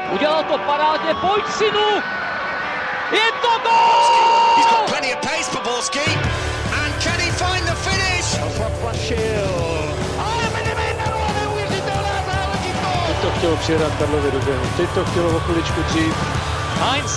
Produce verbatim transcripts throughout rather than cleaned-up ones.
Udělal to parádně, pojď synu! Je to gól! He's got plenty of pace for Borski. And can he find the finish? Ale Medvedev, neuvěřitelná záležitost! Teď to chtělo přijedat Karlovi do běhu, teď to chtělo o chviličku dřív. Heinz!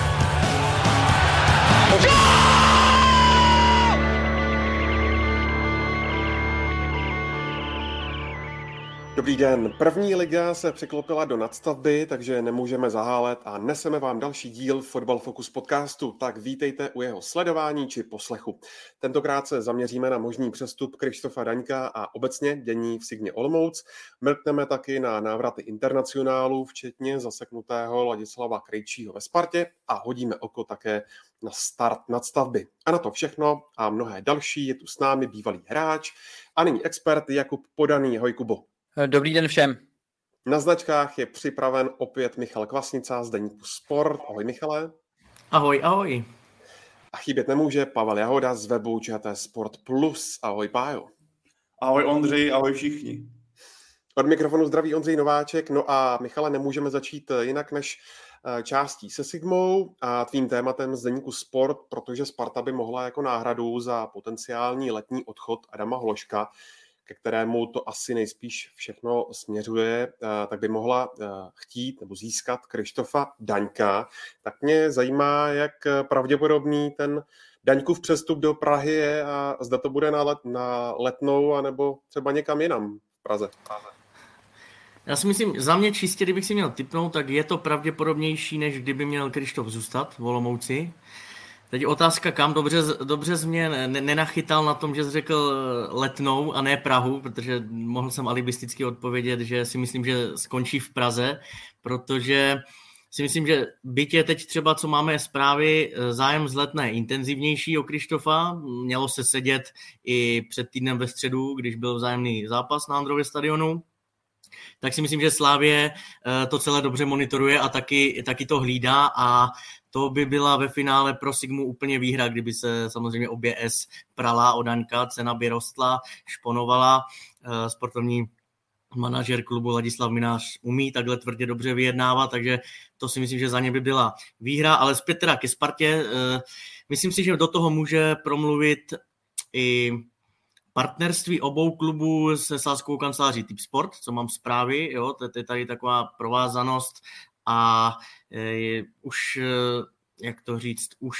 Dobrý den. První liga se překlopila do nadstavby, takže nemůžeme zahálet a neseme vám další díl Fotbal Focus podcastu, tak vítejte u jeho sledování či poslechu. Tentokrát se zaměříme na možný přestup Krištofa Daňka a obecně dění v Sigmě Olomouc. Mrkneme taky na návraty internacionálů, včetně zaseknutého Ladislava Krejčího ve Spartě a hodíme oko také na start nadstavby. A na to všechno a mnohé další je tu s námi bývalý hráč a nyní expert Jakub Podaný. Ahoj, Kubo. Dobrý den všem. Na značkách je připraven opět Michal Kvasnica z deníku Sport. Ahoj, Michale. Ahoj, ahoj. A chybět nemůže Pavel Jahoda z webu ČT Sport Plus. Ahoj, Pájo. Ahoj, Ondřej, ahoj všichni. Od mikrofonu zdraví Ondřej Nováček. No a Michale, nemůžeme začít jinak než částí se Sigmou a tvým tématem z deníku Sport, protože Sparta by mohla jako náhradu za potenciální letní odchod Adama Hložka, ke kterému to asi nejspíš všechno směřuje, tak by mohla chtít nebo získat Krištofa Daňka. Tak mě zajímá, jak pravděpodobný ten Daňkův přestup do Prahy je a zda to bude na, let, na Letnou anebo třeba někam jinam v Praze. Já si myslím, za mě čistě, kdybych si měl tipnout, tak je to pravděpodobnější, než kdyby měl Krištof zůstat v Olomouci. Teď otázka kam, dobře, dobře jsi mě nenachytal na tom, že jsi řekl Letnou a ne Prahu, protože mohl jsem alibisticky odpovědět, že si myslím, že skončí v Praze, protože si myslím, že byť je teď třeba, co máme zprávy, zájem z Letné intenzivnější o Krištofa, mělo se sedět i před týdnem ve středu, když byl vzájemný zápas na Andrově stadionu, tak si myslím, že Slavie to celé dobře monitoruje a taky, taky to hlídá a to by byla ve finále pro Sigmu úplně výhra, kdyby se samozřejmě obě S prala o Daňka, cena by rostla, šponovala. Sportovní manažer klubu Ladislav Minář umí takhle tvrdě dobře vyjednávat, takže to si myslím, že za ně by byla výhra, ale zpět teda ke Spartě. Myslím si, že do toho může promluvit i partnerství obou klubů se sázkou kanceláří Typ Sport, co mám zprávy, jo, to je tady taková provázanost a je, už, jak to říct, už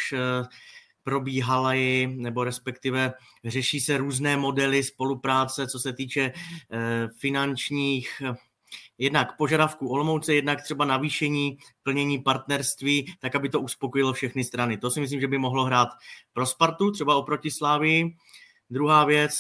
probíhaly, nebo respektive řeší se různé modely spolupráce, co se týče finančních jednak požadavků Olomouce, jednak třeba navýšení plnění partnerství, tak aby to uspokojilo všechny strany. To si myslím, že by mohlo hrát pro Spartu, třeba oproti Slavii. Druhá věc,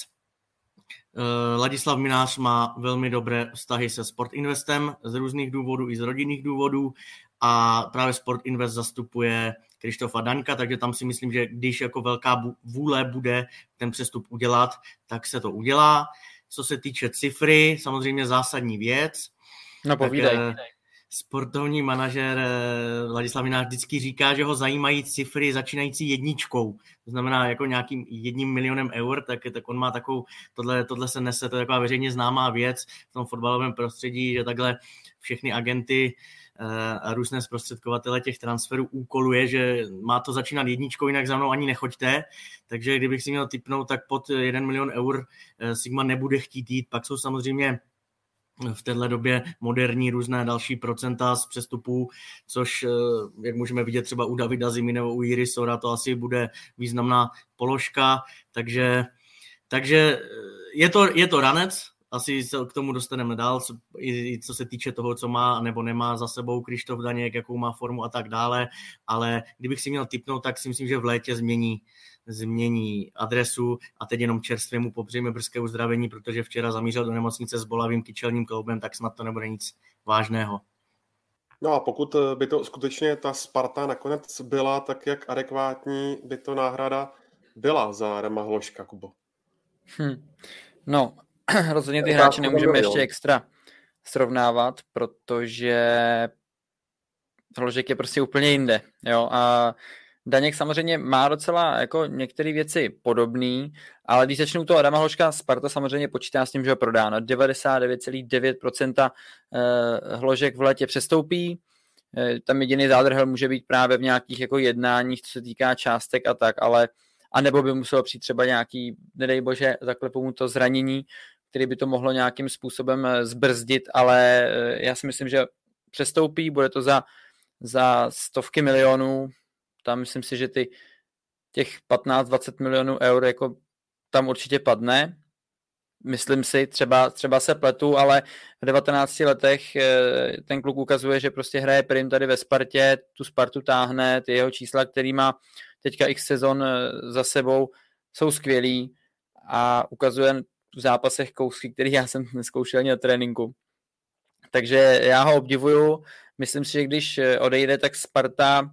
Ladislav Minář má velmi dobré vztahy se Sport Investem z různých důvodů i z rodinných důvodů a právě Sport Invest zastupuje Krištofa Daňka, takže tam si myslím, že když jako velká vůle bude ten přestup udělat, tak se to udělá. Co se týče cifry, samozřejmě zásadní věc. No povídej. Tak, sportovní manažer Ladislav Minář vždycky říká, že ho zajímají cifry začínající jedničkou. To znamená jako nějakým jedním milionem eur, tak, tak on má takovou, tohle, tohle se nese, to je taková veřejně známá věc v tom fotbalovém prostředí, že takhle všechny agenty a různé zprostředkovatele těch transferů úkoluje, že má to začínat jedničkou, jinak za mnou ani nechoďte. Takže kdybych si měl tipnout, tak pod jeden milion eur Sigma nebude chtít jít. Pak jsou samozřejmě v téhle době moderní různé další procenta z přestupů, což, jak můžeme vidět třeba u Davida Zimy nebo u Jiry Sora, to asi bude významná položka, takže, takže je, to, je to ranec, asi se k tomu dostaneme dál, co, i co se týče toho, co má nebo nemá za sebou Krištof Daněk, jakou má formu a tak dále, ale kdybych si měl tipnout, tak si myslím, že v létě změní změní adresu a teď jenom čerstvě mu popřejme brzké uzdravení, protože včera zamířil do nemocnice s bolavým kyčelním kloubem, tak snad to nebude nic vážného. No a pokud by to skutečně ta Sparta nakonec byla, tak jak adekvátní by to náhrada byla za Adama Hložka, Kubo? Hm. No, rozhodně ty hráče nemůžeme ještě extra srovnávat, protože Hložek je prostě úplně jinde. Jo? A Daněk samozřejmě má docela jako některé věci podobný, ale když začnou to Adama Hložka, Sparta samozřejmě počítá s tím, že ho prodá. No devadesát devět celá devět procent Hložek v létě přestoupí, tam jediný zádrhel může být právě v nějakých jako jednáních, co se týká částek a tak, ale a nebo by muselo přijít třeba nějaký, nedej bože, zaklepu mu to zranění, který by to mohlo nějakým způsobem zbrzdit, ale já si myslím, že přestoupí, bude to za, za stovky milionů, tam myslím si, že ty těch patnáct dvacet milionů eur jako tam určitě padne. Myslím si, třeba, třeba se pletu, ale v devatenácti letech ten kluk ukazuje, že prostě hraje prim tady ve Spartě, tu Spartu táhne, ty jeho čísla, který má teďka x sezon za sebou, jsou skvělý a ukazuje v zápasech kousky, který já jsem neskoušel ani na tréninku. Takže já ho obdivuju. Myslím si, že když odejde, tak Sparta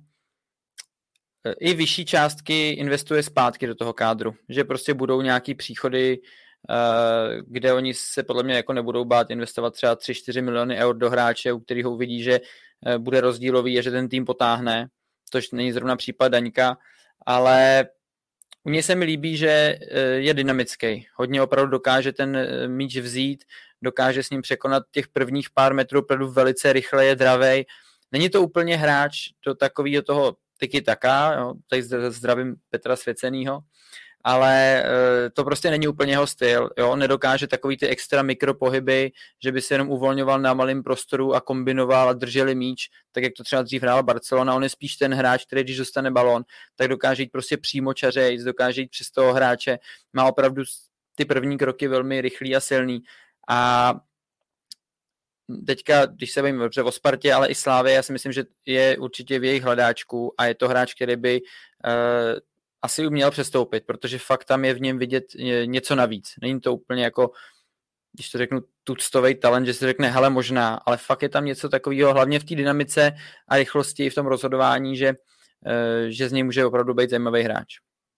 i vyšší částky investuje zpátky do toho kádru. Že prostě budou nějaký příchody, kde oni se podle mě jako nebudou bát investovat třeba tři čtyři miliony eur do hráče, u kterých uvidí, že bude rozdílový a že ten tým potáhne. Tož není zrovna případ Daňka, ale u něj se mi líbí, že je dynamický. Hodně opravdu dokáže ten míč vzít, dokáže s ním překonat těch prvních pár metrů opravdu velice rychle, je dravej. Není to úplně hráč do takového toho tiki-taka, jo, tady zdravím Petra Svěcenýho, ale to prostě není úplně jeho styl. Jo? Nedokáže takový ty extra mikropohyby, že by se jenom uvolňoval na malém prostoru a kombinoval a drželi míč, tak jak to třeba dřív hrál Barcelona. On je spíš ten hráč, který když dostane balón, tak dokáže jít prostě přímo čařejc, dokáže jít přes toho hráče. Má opravdu ty první kroky velmi rychlý a silný. A teďka, když se bavím dobře o Spartě, ale i Slávě, já si myslím, že je určitě v jejich hledáčku a je to hráč, který by uh, asi uměl přestoupit, protože fakt tam je v něm vidět něco navíc. Není to úplně jako, když to řeknu, tuctovej talent, že se řekne, hele, možná, ale fakt je tam něco takového, hlavně v té dynamice a rychlosti i v tom rozhodování, že, že z něj může opravdu být zajímavý hráč.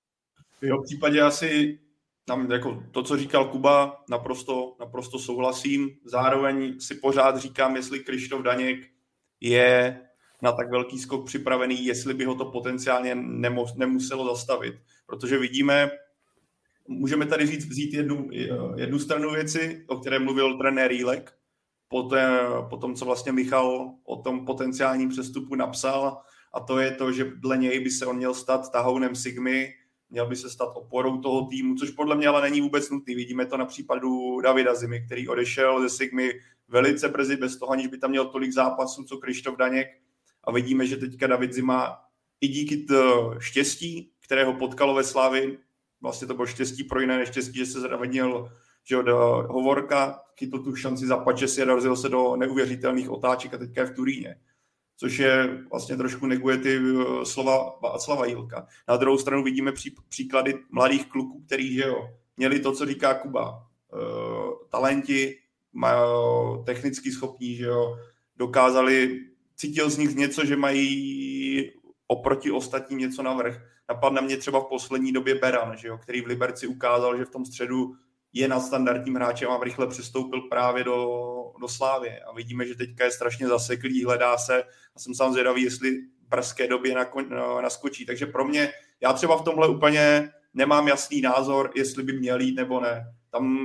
V jeho případě asi tam jako to, co říkal Kuba, naprosto, naprosto souhlasím. Zároveň si pořád říkám, jestli Krištof Daněk je na tak velký skok připravený, jestli by ho to potenciálně nemuselo zastavit. Protože vidíme, můžeme tady říct, vzít jednu, jednu stranu věci, o které mluvil trenér Jílek, po, té, po tom, co vlastně Michal o tom potenciálním přestupu napsal, a to je to, že dle něj by se on měl stát tahounem Sigmy, měl by se stát oporou toho týmu, což podle mě ale není vůbec nutný. Vidíme to na případu Davida Zimy, který odešel ze Sigmy velice brzy, bez toho, aniž by tam měl tolik zápasů, co Krištof Daněk. A vidíme, že teďka David Zima i díky to štěstí, které ho potkalo ve Slavii, vlastně to bylo štěstí pro jiné neštěstí, že se zravenil, že do Hovorka, chytl tu šanci za Pačesi a dorazil se do neuvěřitelných otáček a teďka je v Turíně. Což je vlastně trošku neguje ty slova Václava Jílka. Na druhou stranu vidíme pří, příklady mladých kluků, kteří že jo, měli to, co říká Kuba. E, talenti, mají technicky schopní, že jo, dokázali, cítil z nich něco, že mají oproti ostatním něco navrch. Napadne mě třeba v poslední době Beran, že jo, který v Liberci ukázal, že v tom středu je nadstandardním hráčem a rychle přestoupil právě do, do Slávie. A vidíme, že teďka je strašně zaseklý, hledá se a jsem sám zvědavý, jestli v brzké době naskočí. Takže pro mě, já třeba v tomhle úplně nemám jasný názor, jestli by měl jít nebo ne. Tam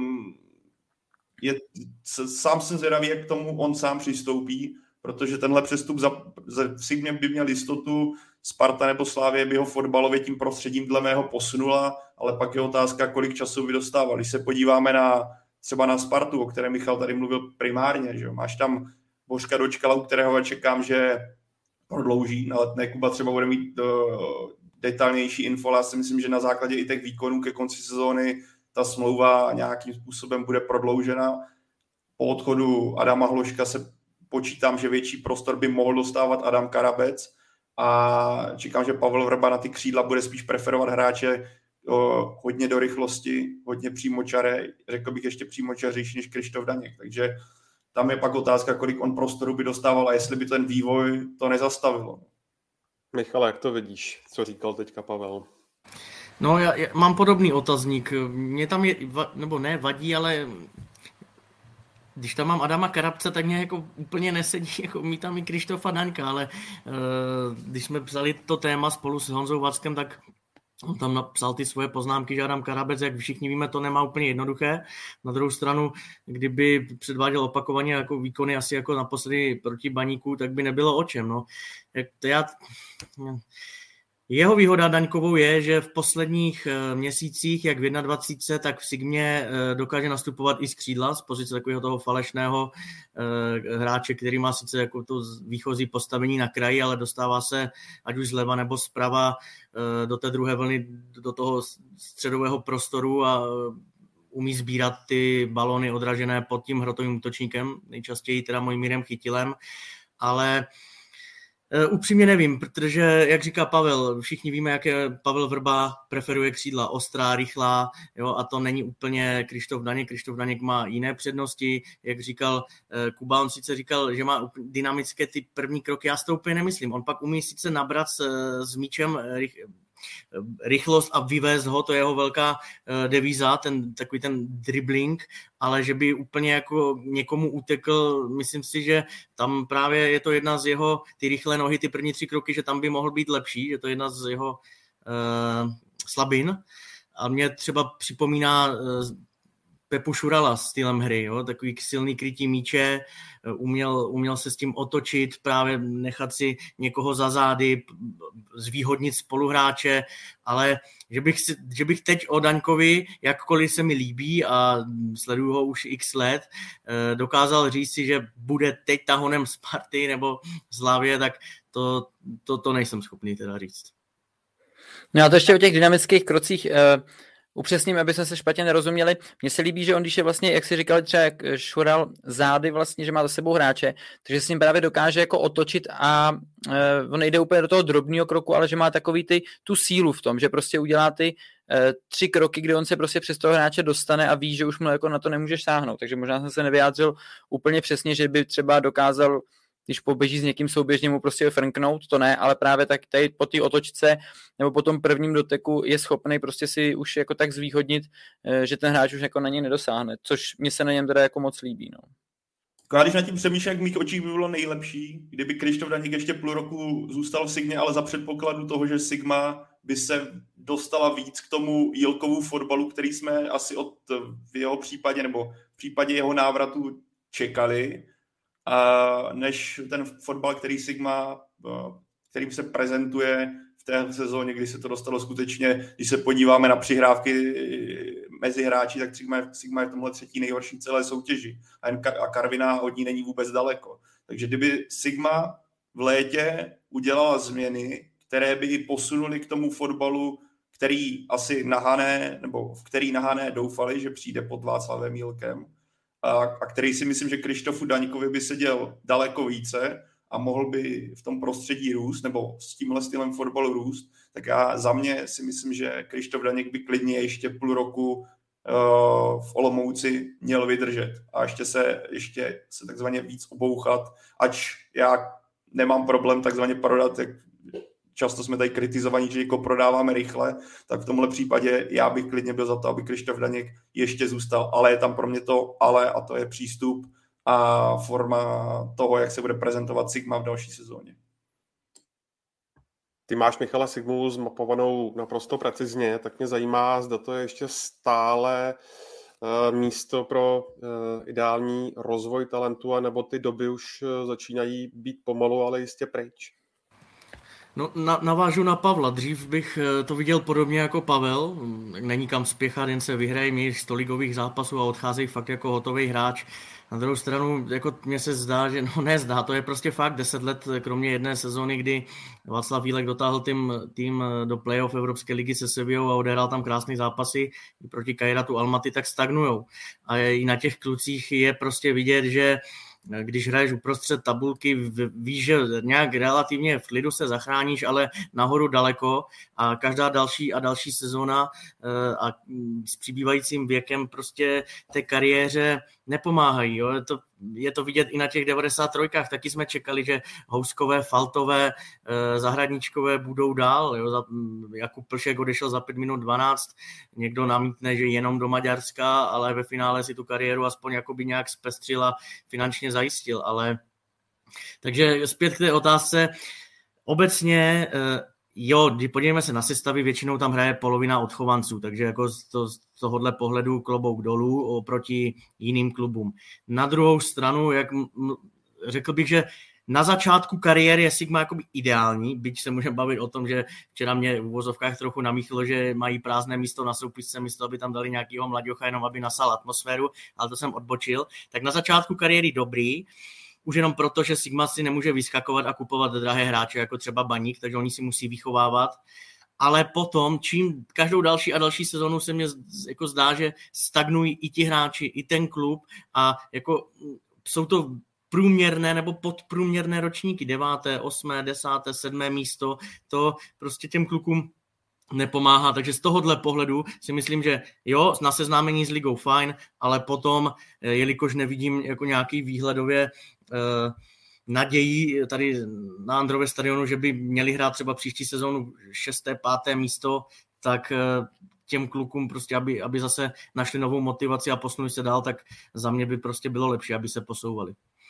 je, sám jsem zvědavý, jak k tomu on sám přistoupí, protože tenhle přestup za, za Sigmě by měl jistotu, Sparta nebo Slávie by ho fotbalově tím prostředím dle mého posunula, ale pak je otázka, kolik času by dostával. Když se podíváme na třeba na Spartu, o které Michal tady mluvil primárně, že máš tam Bořka Dočkala, u kterého čekám, že prodlouží na Letné. Kuba třeba bude mít uh, detailnější info, ale já si myslím, že na základě i těch výkonů ke konci sezóny ta smlouva nějakým způsobem bude prodloužena. Po odchodu Adama Hloška se počítám, že větší prostor by mohl dostávat Adam Karabec a čekám, že Pavel Vrba na ty křídla bude spíš preferovat hráče o, hodně do rychlosti, hodně přímočaré, řekl bych ještě přímočařejší než Krištof Daněk, takže tam je pak otázka, kolik on prostoru by dostával a jestli by ten vývoj to nezastavilo. Michale, jak to vidíš, co říkal teďka Pavel? No, já, já mám podobný otazník. Mě tam je, nebo ne vadí, ale když tam mám Adama Karabce, tak mě jako úplně nesedí, jako mít tam i Krištofa Daňka, ale uh, když jsme vzali to téma spolu s Honzou Vackem, tak On tam napsal ty svoje poznámky, že Adam Karabec, jak všichni víme, to nemá úplně jednoduché. Na druhou stranu, kdyby předváděl opakovaně jako výkony asi jako naposledy proti Baníku, tak by nebylo o čem. No. Jak to já... Jeho výhoda Daňkovou je, že v posledních měsících, jak v dvacet jedna, tak v Sigmě dokáže nastupovat i z křídla z pozice takového toho falešného hráče, který má sice jako to výchozí postavení na kraji, ale dostává se ať už zleva nebo zprava do té druhé vlny, do toho středového prostoru a umí sbírat ty balony odražené pod tím hrotovým útočníkem, nejčastěji teda Mojmírem Chytilem, ale Uh, upřímně nevím, protože, jak říká Pavel, všichni víme, jak je Pavel Vrba preferuje křídla ostrá, rychlá, jo, a to není úplně Krištof Daněk. Krištof Daněk má jiné přednosti, jak říkal uh, Kuba, on sice říkal, že má dynamické ty první kroky, já s to úplně nemyslím. On pak umí sice nabrat s, s míčem rych, rychlost a vyvést ho, to je jeho velká uh, devíza, ten, takový ten dribbling, ale že by úplně jako někomu utekl, myslím si, že tam právě je to jedna z jeho, ty rychlé nohy, ty první tři kroky, že tam by mohl být lepší, že to je jedna z jeho uh, slabin. A mě třeba připomíná uh, Pepu Šurala stylem hry, jo? Takový silný krytí míče, uměl, uměl se s tím otočit, právě nechat si někoho za zády, zvýhodnit spoluhráče, ale že bych, si, že bych teď o Daňkovi, jakkoliv se mi líbí a sleduju ho už x let, dokázal říct si, že bude teď tahonem Sparty nebo Slavie, tak to, to, to nejsem schopný teda říct. No a to ještě o těch dynamických krocích... Uh... Upřesním, aby jsme se špatně nerozuměli. Mně se líbí, že on, když je vlastně, jak si říkali třeba, jak šural zády vlastně, že má za sebou hráče, takže s ním právě dokáže jako otočit a uh, on nejde úplně do toho drobného kroku, ale že má takový ty, tu sílu v tom, že prostě udělá ty uh, tři kroky, kdy on se prostě přes toho hráče dostane a ví, že už mu jako na to nemůžeš sáhnout. Takže možná jsem se nevyjádřil úplně přesně, že by třeba dokázal, když poběží s někým souběžně, mu prostě frnknout, to ne, ale právě tak tady po té otočce nebo po tom prvním doteku je schopný prostě si už jako tak zvýhodnit, že ten hráč už jako na něj nedosáhne, což mě se na něm teda jako moc líbí. No. Když nad tím přemýšlím, jak v mých očích by bylo nejlepší, kdyby Krištof Daněk ještě půl roku zůstal v Sigmě, ale za předpokladu toho, že Sigma by se dostala víc k tomu Jílkovu fotbalu, který jsme asi od v jeho případě nebo v případě jeho návratu čekali, a než ten fotbal, který Sigma, kterým se prezentuje v té sezóně, kdy se to dostalo skutečně, když se podíváme na přihrávky mezi hráči, tak Sigma, Sigma je v tomhle třetí nejhorší celé soutěži a Karviná od ní není vůbec daleko. Takže kdyby Sigma v létě udělala změny, které by ji posunuly k tomu fotbalu, který asi na Hané, nebo v který na Hané doufali, že přijde pod Václavem Jílkem, a, a který si myslím, že Krištofu Daňkovi by seděl daleko více a mohl by v tom prostředí růst, nebo s tímhle stylem fotbalu růst, tak já za mě si myslím, že Krištof Daněk by klidně ještě půl roku uh, v Olomouci měl vydržet a ještě se, ještě se takzvaně víc obouchat, ač já nemám problém takzvaně prodat, jak často jsme tady kritizovaní, že jako prodáváme rychle, tak v tomhle případě já bych klidně byl za to, aby Krištof Daněk ještě zůstal, ale je tam pro mě to ale a to je přístup a forma toho, jak se bude prezentovat Sigma v další sezóně. Ty máš, Michale, Sigmu zmapovanou naprosto precizně, tak mě zajímá, zda to je ještě stále uh, místo pro uh, ideální rozvoj talentu, anebo ty doby už uh, začínají být pomalu, ale jistě pryč. No, na, navážu na Pavla. Dřív bych to viděl podobně jako Pavel. Není kam spěchat, jen se vyhrají míř sto ligových zápasů a odcházejí fakt jako hotový hráč. Na druhou stranu, jako mně se zdá, že no nezdá, to je prostě fakt deset let, kromě jedné sezóny, kdy Václav Jílek dotáhl tým, tým do playoff Evropské ligy se Sevillou a odehrál tam krásné zápasy proti Kairatu Almaty, tak stagnujou. A i na těch klucích je prostě vidět, že když hraješ uprostřed tabulky, víš, že nějak relativně v klidu se zachráníš, ale nahoru daleko a každá další a další sezóna a s přibývajícím věkem prostě té kariéře nepomáhají. Jo? Je to, je to vidět i na těch devadesát trojkách. Taky jsme čekali, že Houskové, Faltové, Zahradníčkové budou dál. Jo? Jakub Plšek odešel za pět minut dvanáct. Někdo namítne, že jenom do Maďarska, ale ve finále si tu kariéru aspoň jakoby nějak zpestřil a finančně zajistil. Ale... Takže zpět k té otázce. Obecně jo, když podívejme se na sestavy, většinou tam hraje polovina odchovanců, takže jako z, to, z tohohle pohledu klobouk dolů oproti jiným klubům. Na druhou stranu, jak m- řekl bych, že na začátku kariéry je Sigma jakoby ideální, byť se můžeme bavit o tom, že včera mě v uvozovkách trochu namíchlo, že mají prázdné místo na soupisce, místo, aby tam dali nějakýho mladěcha, jenom aby nasal atmosféru, ale to jsem odbočil. Tak na začátku kariéry dobrý, už jenom proto, že Sigma si nemůže vyskakovat a kupovat drahé hráče, jako třeba Baník, takže oni si musí vychovávat. Ale potom, čím každou další a další sezonu se mně jako zdá, že stagnují i ti hráči, i ten klub a jako jsou to průměrné nebo podprůměrné ročníky, deváté, osmé, desáté, sedmé místo, to prostě těm klukům nepomáhá, takže z tohohle pohledu si myslím, že jo, na seznámení s ligou fajn, ale potom, jelikož nevidím jako nějaký výhledově eh, naději tady na Andrově stadionu, že by měli hrát třeba příští sezónu šesté, páté místo, tak eh, těm klukům prostě, aby, aby zase našli novou motivaci a posunuli se dál, tak za mě by prostě bylo lepší, aby se posouvali.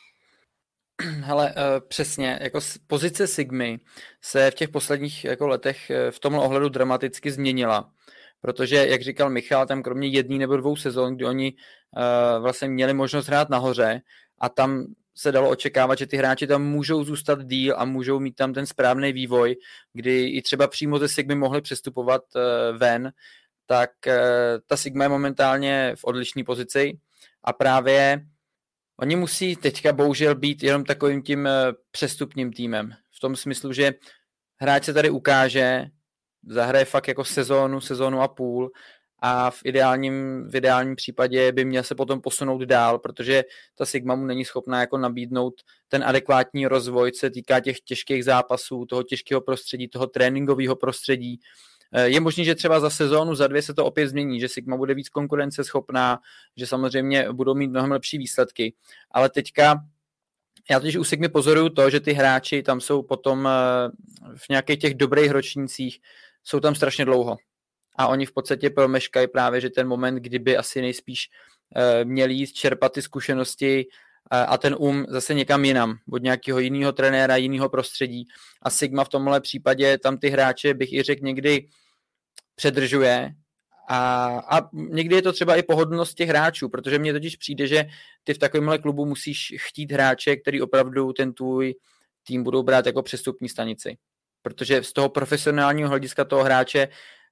Hele, přesně, jako pozice Sigmy se v těch posledních jako letech v tomhle ohledu dramaticky změnila, protože, jak říkal Michal, tam kromě jedné nebo dvou sezon, kdy oni uh, vlastně měli možnost hrát nahoře a tam se dalo očekávat, že ty hráči tam můžou zůstat díl a můžou mít tam ten správný vývoj, kdy i třeba přímo ze Sigmy mohli přestupovat uh, ven, tak uh, ta Sigma je momentálně v odlišné pozici a právě oni musí teďka bohužel být jenom takovým tím přestupním týmem. V tom smyslu, že hráč se tady ukáže, zahraje fakt jako sezónu, sezónu a půl a v ideálním, v ideálním případě by měl se potom posunout dál, protože ta Sigma mu není schopná jako nabídnout ten adekvátní rozvoj, co se týká těch těžkých zápasů, toho těžkého prostředí, toho tréninkového prostředí. Je možné, že třeba za sezónu, za dvě se to opět změní, že Sigma bude víc konkurenceschopná, že samozřejmě budou mít mnohem lepší výsledky. Ale teďka, já totiž u Sigmy pozoruju to, že ty hráči tam jsou potom v nějakých těch dobrých ročnících, jsou tam strašně dlouho. A oni v podstatě promeškají právě, že ten moment, kdyby asi nejspíš měli jít čerpat ty zkušenosti a ten um zase někam jinam, od nějakého jiného trenéra, jiného prostředí. A Sigma v tomhle případě tam ty hráče, bych i řekl, někdy předržuje a, a někdy je to třeba i pohodlnost těch hráčů, protože mně totiž přijde, že ty v takovémhle klubu musíš chtít hráče, který opravdu ten tvůj tým budou brát jako přestupní stanici. Protože z toho profesionálního hlediska toho hráče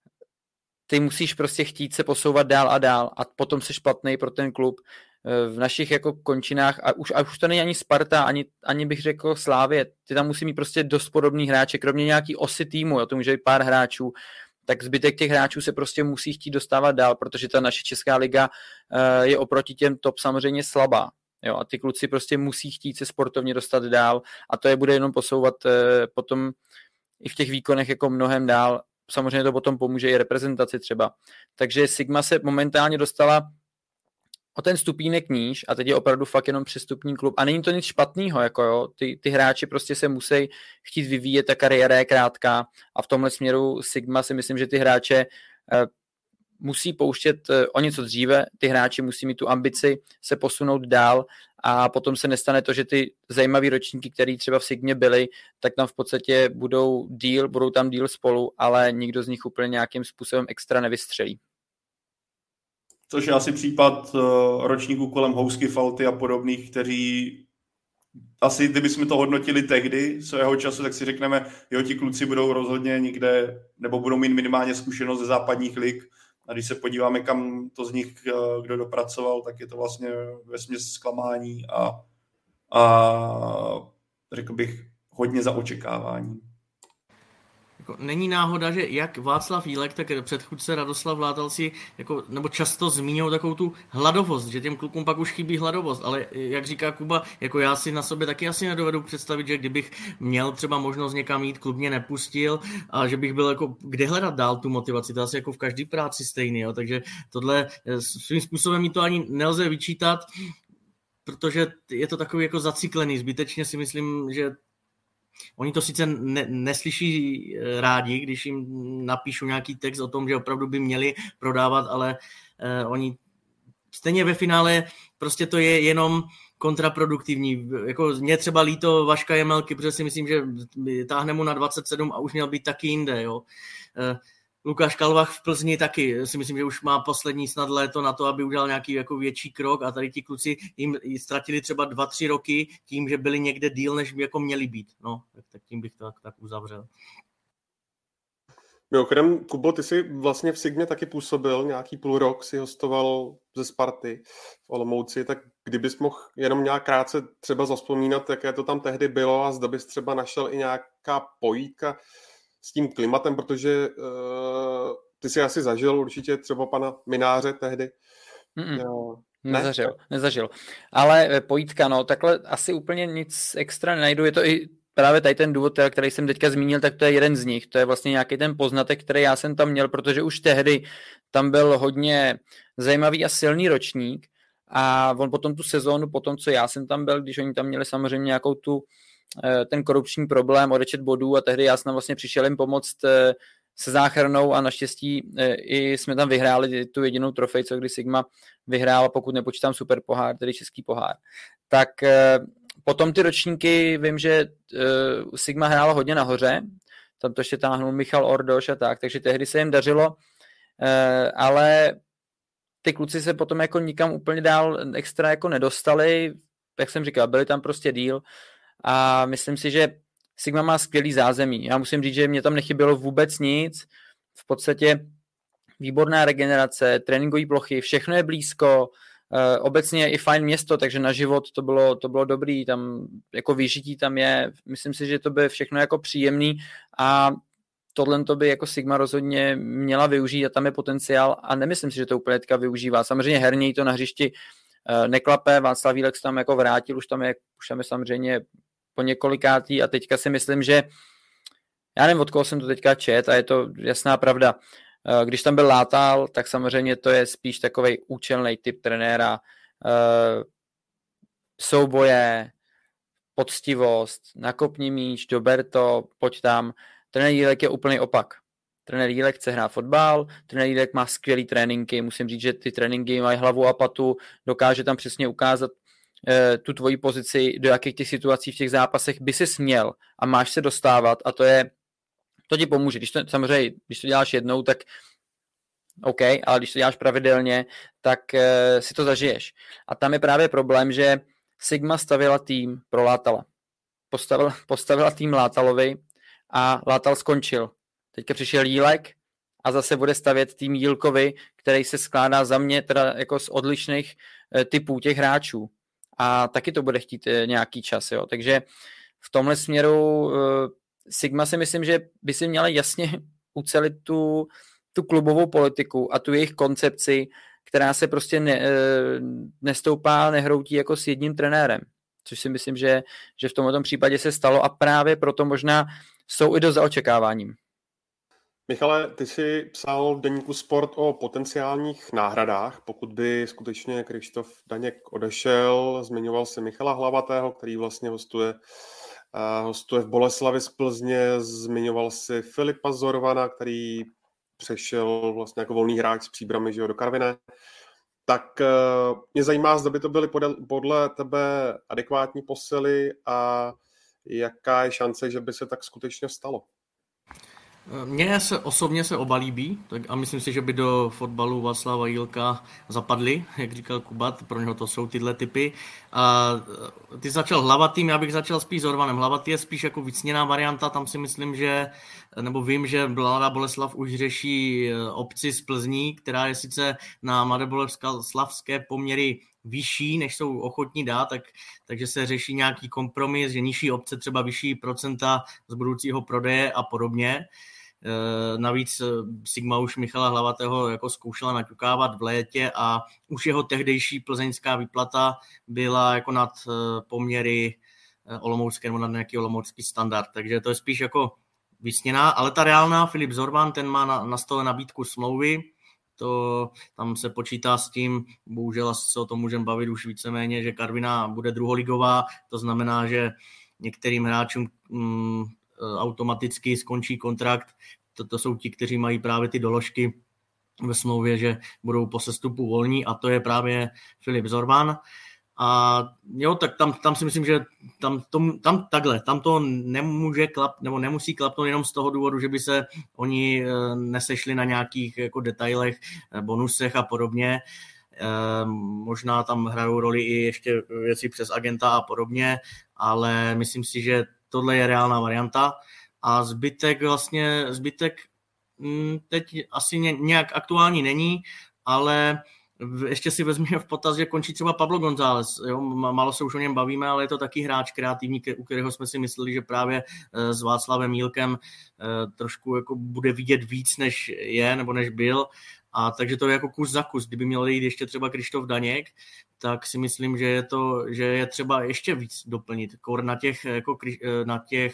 ty musíš prostě chtít se posouvat dál a dál a potom seš platnej pro ten klub. V našich jako končinách, a už, a už to není ani Sparta, ani, ani bych řekl Slávě, ty tam musí mít prostě dost podobný hráče, kromě nějaký osy týmu, jo, to může být pár hráčů, tak zbytek těch hráčů se prostě musí chtít dostávat dál, protože ta naše Česká liga uh, je oproti těm top samozřejmě slabá. Jo, a ty kluci prostě musí chtít se sportovně dostat dál a to je bude jenom posouvat uh, potom i v těch výkonech jako mnohem dál. Samozřejmě to potom pomůže i reprezentaci třeba. Takže Sigma se momentálně dostala o ten stupínek níž a teď je opravdu fakt jenom přestupní klub a není to nic špatného, jako jo, ty, ty hráči prostě se musí chtít vyvíjet, ta kariéra je krátká a v tomhle směru Sigma si myslím, že ty hráče eh, musí pouštět eh, o něco dříve, ty hráči musí mít tu ambici se posunout dál a potom se nestane to, že ty zajímavý ročníky, které třeba v Sigmě byly, tak tam v podstatě budou díl, budou tam díl spolu, ale nikdo z nich úplně nějakým způsobem extra nevystřelí. Což je asi případ uh, ročníků kolem Housky, Falty a podobných, kteří asi, kdybychom to hodnotili tehdy, svého času, tak si řekneme, jo, ti kluci budou rozhodně někde, nebo budou mít minimálně zkušenost ze západních lig. A když se podíváme, kam to z nich uh, kdo dopracoval, tak je to vlastně vesměs zklamání a, a řekl bych hodně za očekávání. Jako, není náhoda, že jak Václav Jílek, tak předchůdce Radoslav Vlátal si jako, nebo často zmíňují takovou tu hladovost, že těm klukům pak už chybí hladovost, ale jak říká Kuba, jako já si na sobě taky asi nedovedu představit, že kdybych měl třeba možnost někam jít, klub mě nepustil a že bych byl jako, kde hledat dál tu motivaci, to asi jako v každý práci stejný, jo? Takže tohle svým způsobem mi to ani nelze vyčítat, protože je to takový jako zacyklený, zbytečně si myslím, že oni to sice ne, neslyší rádi, když jim napíšu nějaký text o tom, že opravdu by měli prodávat, ale eh, oni stejně ve finále prostě to je jenom kontraproduktivní. Jako mě třeba líto Vaška Jemelky, protože si myslím, že táhne mu na dvacet sedm a už měl být taky jinde. Jo. Lukáš Kalvach v Plzni taky si myslím, že už má poslední snad léto na to, aby udělal nějaký jako větší krok a tady ti kluci jim ztratili třeba dva, tři roky tím, že byli někde díl, než by jako měli být. No, tak, tak tím bych to tak, tak uzavřel. Mimochodem, Kubo, ty jsi vlastně v Sigmě taky působil, nějaký půl rok si hostoval ze Sparty v Olomouci, tak kdybys mohl jenom nějak krátce třeba zavzpomínat, jaké to tam tehdy bylo a zda bys třeba našel i nějaká pojítka s tím klimatem, protože uh, ty jsi asi zažil určitě třeba pana Mináře tehdy. Uh, ne? Nezažil, nezažil. Ale pojítka, no, takhle asi úplně nic extra nenajdu, je to i právě tady ten důvod, který jsem teďka zmínil, tak to je jeden z nich. To je vlastně nějaký ten poznatek, který já jsem tam měl, protože už tehdy tam byl hodně zajímavý a silný ročník a on potom tu sezónu, potom co já jsem tam byl, když oni tam měli samozřejmě nějakou tu, ten korupční problém, odečet bodů a tehdy já jsem tam vlastně přišel jim pomoct se záchranou a naštěstí i jsme tam vyhráli tu jedinou trofej, co kdy Sigma vyhrála, pokud nepočítám super pohár, tedy český pohár. Tak potom ty ročníky, vím, že uh, Sigma hrála hodně nahoře, tam to ještě táhnul Michal Ordoš a tak, takže tehdy se jim dařilo, uh, ale ty kluci se potom jako nikam úplně dál extra jako nedostali, jak jsem říkal, byli tam prostě díl a myslím si, že Sigma má skvělý zázemí. Já musím říct, že mě tam nechybělo vůbec nic, v podstatě výborná regenerace, tréninkové plochy, všechno je blízko, Uh, obecně je i fajn město, takže na život to bylo, to bylo dobrý, tam jako vyžití tam je, myslím si, že to by všechno jako příjemný a tohle to by jako Sigma rozhodně měla využít a tam je potenciál a nemyslím si, že to úplně teďka využívá. Samozřejmě herně to na hřišti uh, neklape, Václav Vílek se tam jako vrátil, už tam je, už tam je samozřejmě po několikátý a teďka si myslím, že já nevím, od koho jsem to teďka čet a je to jasná pravda. Když tam byl Látal, tak samozřejmě to je spíš takovej účelný typ trenéra. Souboje, poctivost, nakopni míč, dober to, pojď tam. Trenér Jílek je úplný opak. Trenér Jílek chce hrát fotbal, trenér Jílek má skvělý tréninky, musím říct, že ty tréninky mají hlavu a patu, dokáže tam přesně ukázat tu tvoji pozici, do jakých těch situací v těch zápasech by si směl a máš se dostávat a to je to ti pomůže. Když to, samozřejmě, když to děláš jednou, tak OK, ale když to děláš pravidelně, tak uh, si to zažiješ. A tam je právě problém, že Sigma stavila tým pro Látala. Postavil, postavila tým Látalovi a Látal skončil. Teďka přišel Jílek a zase bude stavět tým Jílkovi, který se skládá za mě teda jako z odlišných uh, typů těch hráčů. A taky to bude chtít uh, nějaký čas. Jo. Takže v tomhle směru uh, Sigma si myslím, že by si měla jasně ucelit tu, tu klubovou politiku a tu jejich koncepci, která se prostě ne, nestoupá, nehroutí jako s jedním trenérem. Což si myslím, že, že v tomto případě se stalo a právě proto možná jsou i dost za očekáváním. Michale, ty jsi psal v deníku Sport o potenciálních náhradách, pokud by skutečně Krištof Daněk odešel. Zmiňoval se Michala Hlavatého, který vlastně hostuje Uh, hostuje v Boleslavi z Plzně, zmiňoval si Filipa Zorvana, který přešel vlastně jako volný hráč z Příbramy, že jo, do Karviné. Tak uh, mě zajímá, zda by to byly podle, podle tebe adekvátní posily a jaká je šance, že by se tak skutečně stalo? Mně se osobně se oba líbí tak a myslím si, že by do fotbalu Václava Jílka zapadli, jak říkal Kubat, pro něho to jsou tyhle typy. A ty začal Hlavatým, já bych začal spíš s Orvanem. Hlavatý je spíš jako vycněná varianta, tam si myslím, že, nebo vím, že Mladá Boleslav už řeší obci z Plzní, která je sice na Mladé Boleslavské poměry vyšší, než jsou ochotní dát, tak, takže se řeší nějaký kompromis, že nižší obce třeba vyšší procenta z budoucího prodeje a podobně. E, navíc Sigma už Michala Hlavatého jako zkoušela naťukávat v létě a už jeho tehdejší plzeňská výplata byla jako nad poměry olomoucké nebo nad nějaký olomoucký standard, takže to je spíš jako vysněná, ale ta reálná Filip Zorvan, ten má na, na stole nabídku smlouvy. To, tam se počítá s tím, bohužel asi se o tom můžeme bavit už víceméně, že Karviná bude druholigová, to znamená, že některým hráčům mm, automaticky skončí kontrakt, to, to jsou ti, kteří mají právě ty doložky ve smlouvě, že budou po sestupu volní a to je právě Filip Zorvan. A jo, tak tam, tam si myslím, že tam, tom, tam takhle, tam to nemůže klap, nebo nemusí klapnout jenom z toho důvodu, že by se oni nesešli na nějakých jako detailech, bonusech a podobně. E, možná tam hrajou roli i ještě věci přes agenta a podobně, ale myslím si, že tohle je reálná varianta a zbytek vlastně, zbytek m, teď asi nějak aktuální není, ale ještě si vezměme v potaz, že končí třeba Pablo González. Jo? Málo se už o něm bavíme, ale je to taky hráč kreativní, u kterého jsme si mysleli, že právě s Václavem Jílkem trošku jako bude vidět víc, než je, nebo než byl. A takže to je jako kus za kus. Kdyby měl jít ještě třeba Krištof Daněk, tak si myslím, že je to, že je třeba ještě víc doplnit. Kor na těch, jako, na těch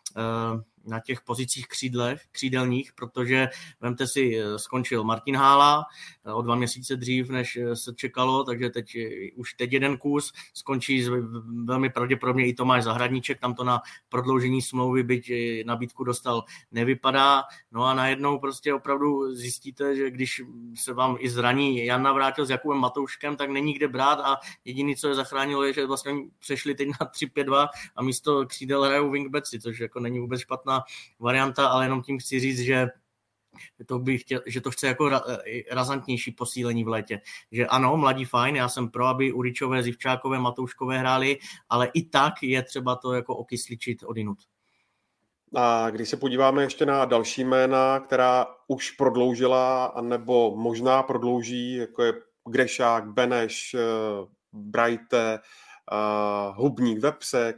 na těch pozicích křídlech, křídelních, protože vemte si, skončil Martin Hála o dva měsíce dřív, než se čekalo, takže teď už teď jeden kus, skončí velmi pravděpodobně i Tomáš Zahradníček, tam to na prodloužení smlouvy, byť nabídku dostal, nevypadá. No a najednou prostě opravdu zjistíte, že když se vám i zraní Jan Navrátil s Jakubem Matouškem, tak není kde brát a jediný, co je zachránilo, je, že vlastně přešli teď na tři pět dva a místo křídel hrajou wingbacki, což jako není vůbec špatná varianta, ale jenom tím chci říct, že to, bych chtěl, že to chce jako razantnější posílení v létě. Že ano, mladí fajn, já jsem pro, aby Uričové, Zivčákové, Matouškové hráli, ale i tak je třeba to jako okysličit odinut. A když se podíváme ještě na další jména, která už prodloužila, anebo možná prodlouží, jako je Grešák, Beneš, Brajte, Hubník, Vepsek,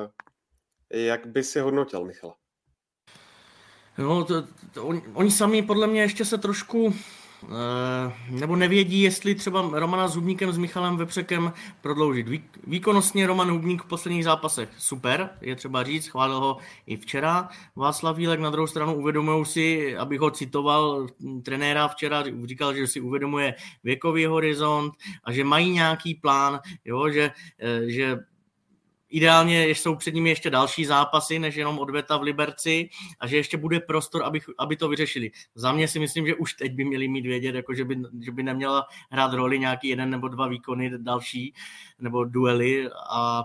jak by si hodnotil, Michale? No, to, to, on, oni sami podle mě ještě se trošku eh, nebo nevědí, jestli třeba Romana s Hubníkem s Michalem Vepřekem prodloužit. Vý, výkonnostně Roman Hubník v posledních zápasech super, je třeba říct, chválil ho i včera. Václav Jílek na druhou stranu uvědomují si, abych ho citoval, trenéra včera říkal, že si uvědomuje věkový horizont a že mají nějaký plán, jo, že, eh, že ideálně jsou před nimi ještě další zápasy, než jenom odveta v Liberci a že ještě bude prostor, aby, aby to vyřešili. Za mě si myslím, že už teď by měli mít vědět, jako že, by, že by neměla hrát roli nějaký jeden nebo dva výkony další, nebo duely a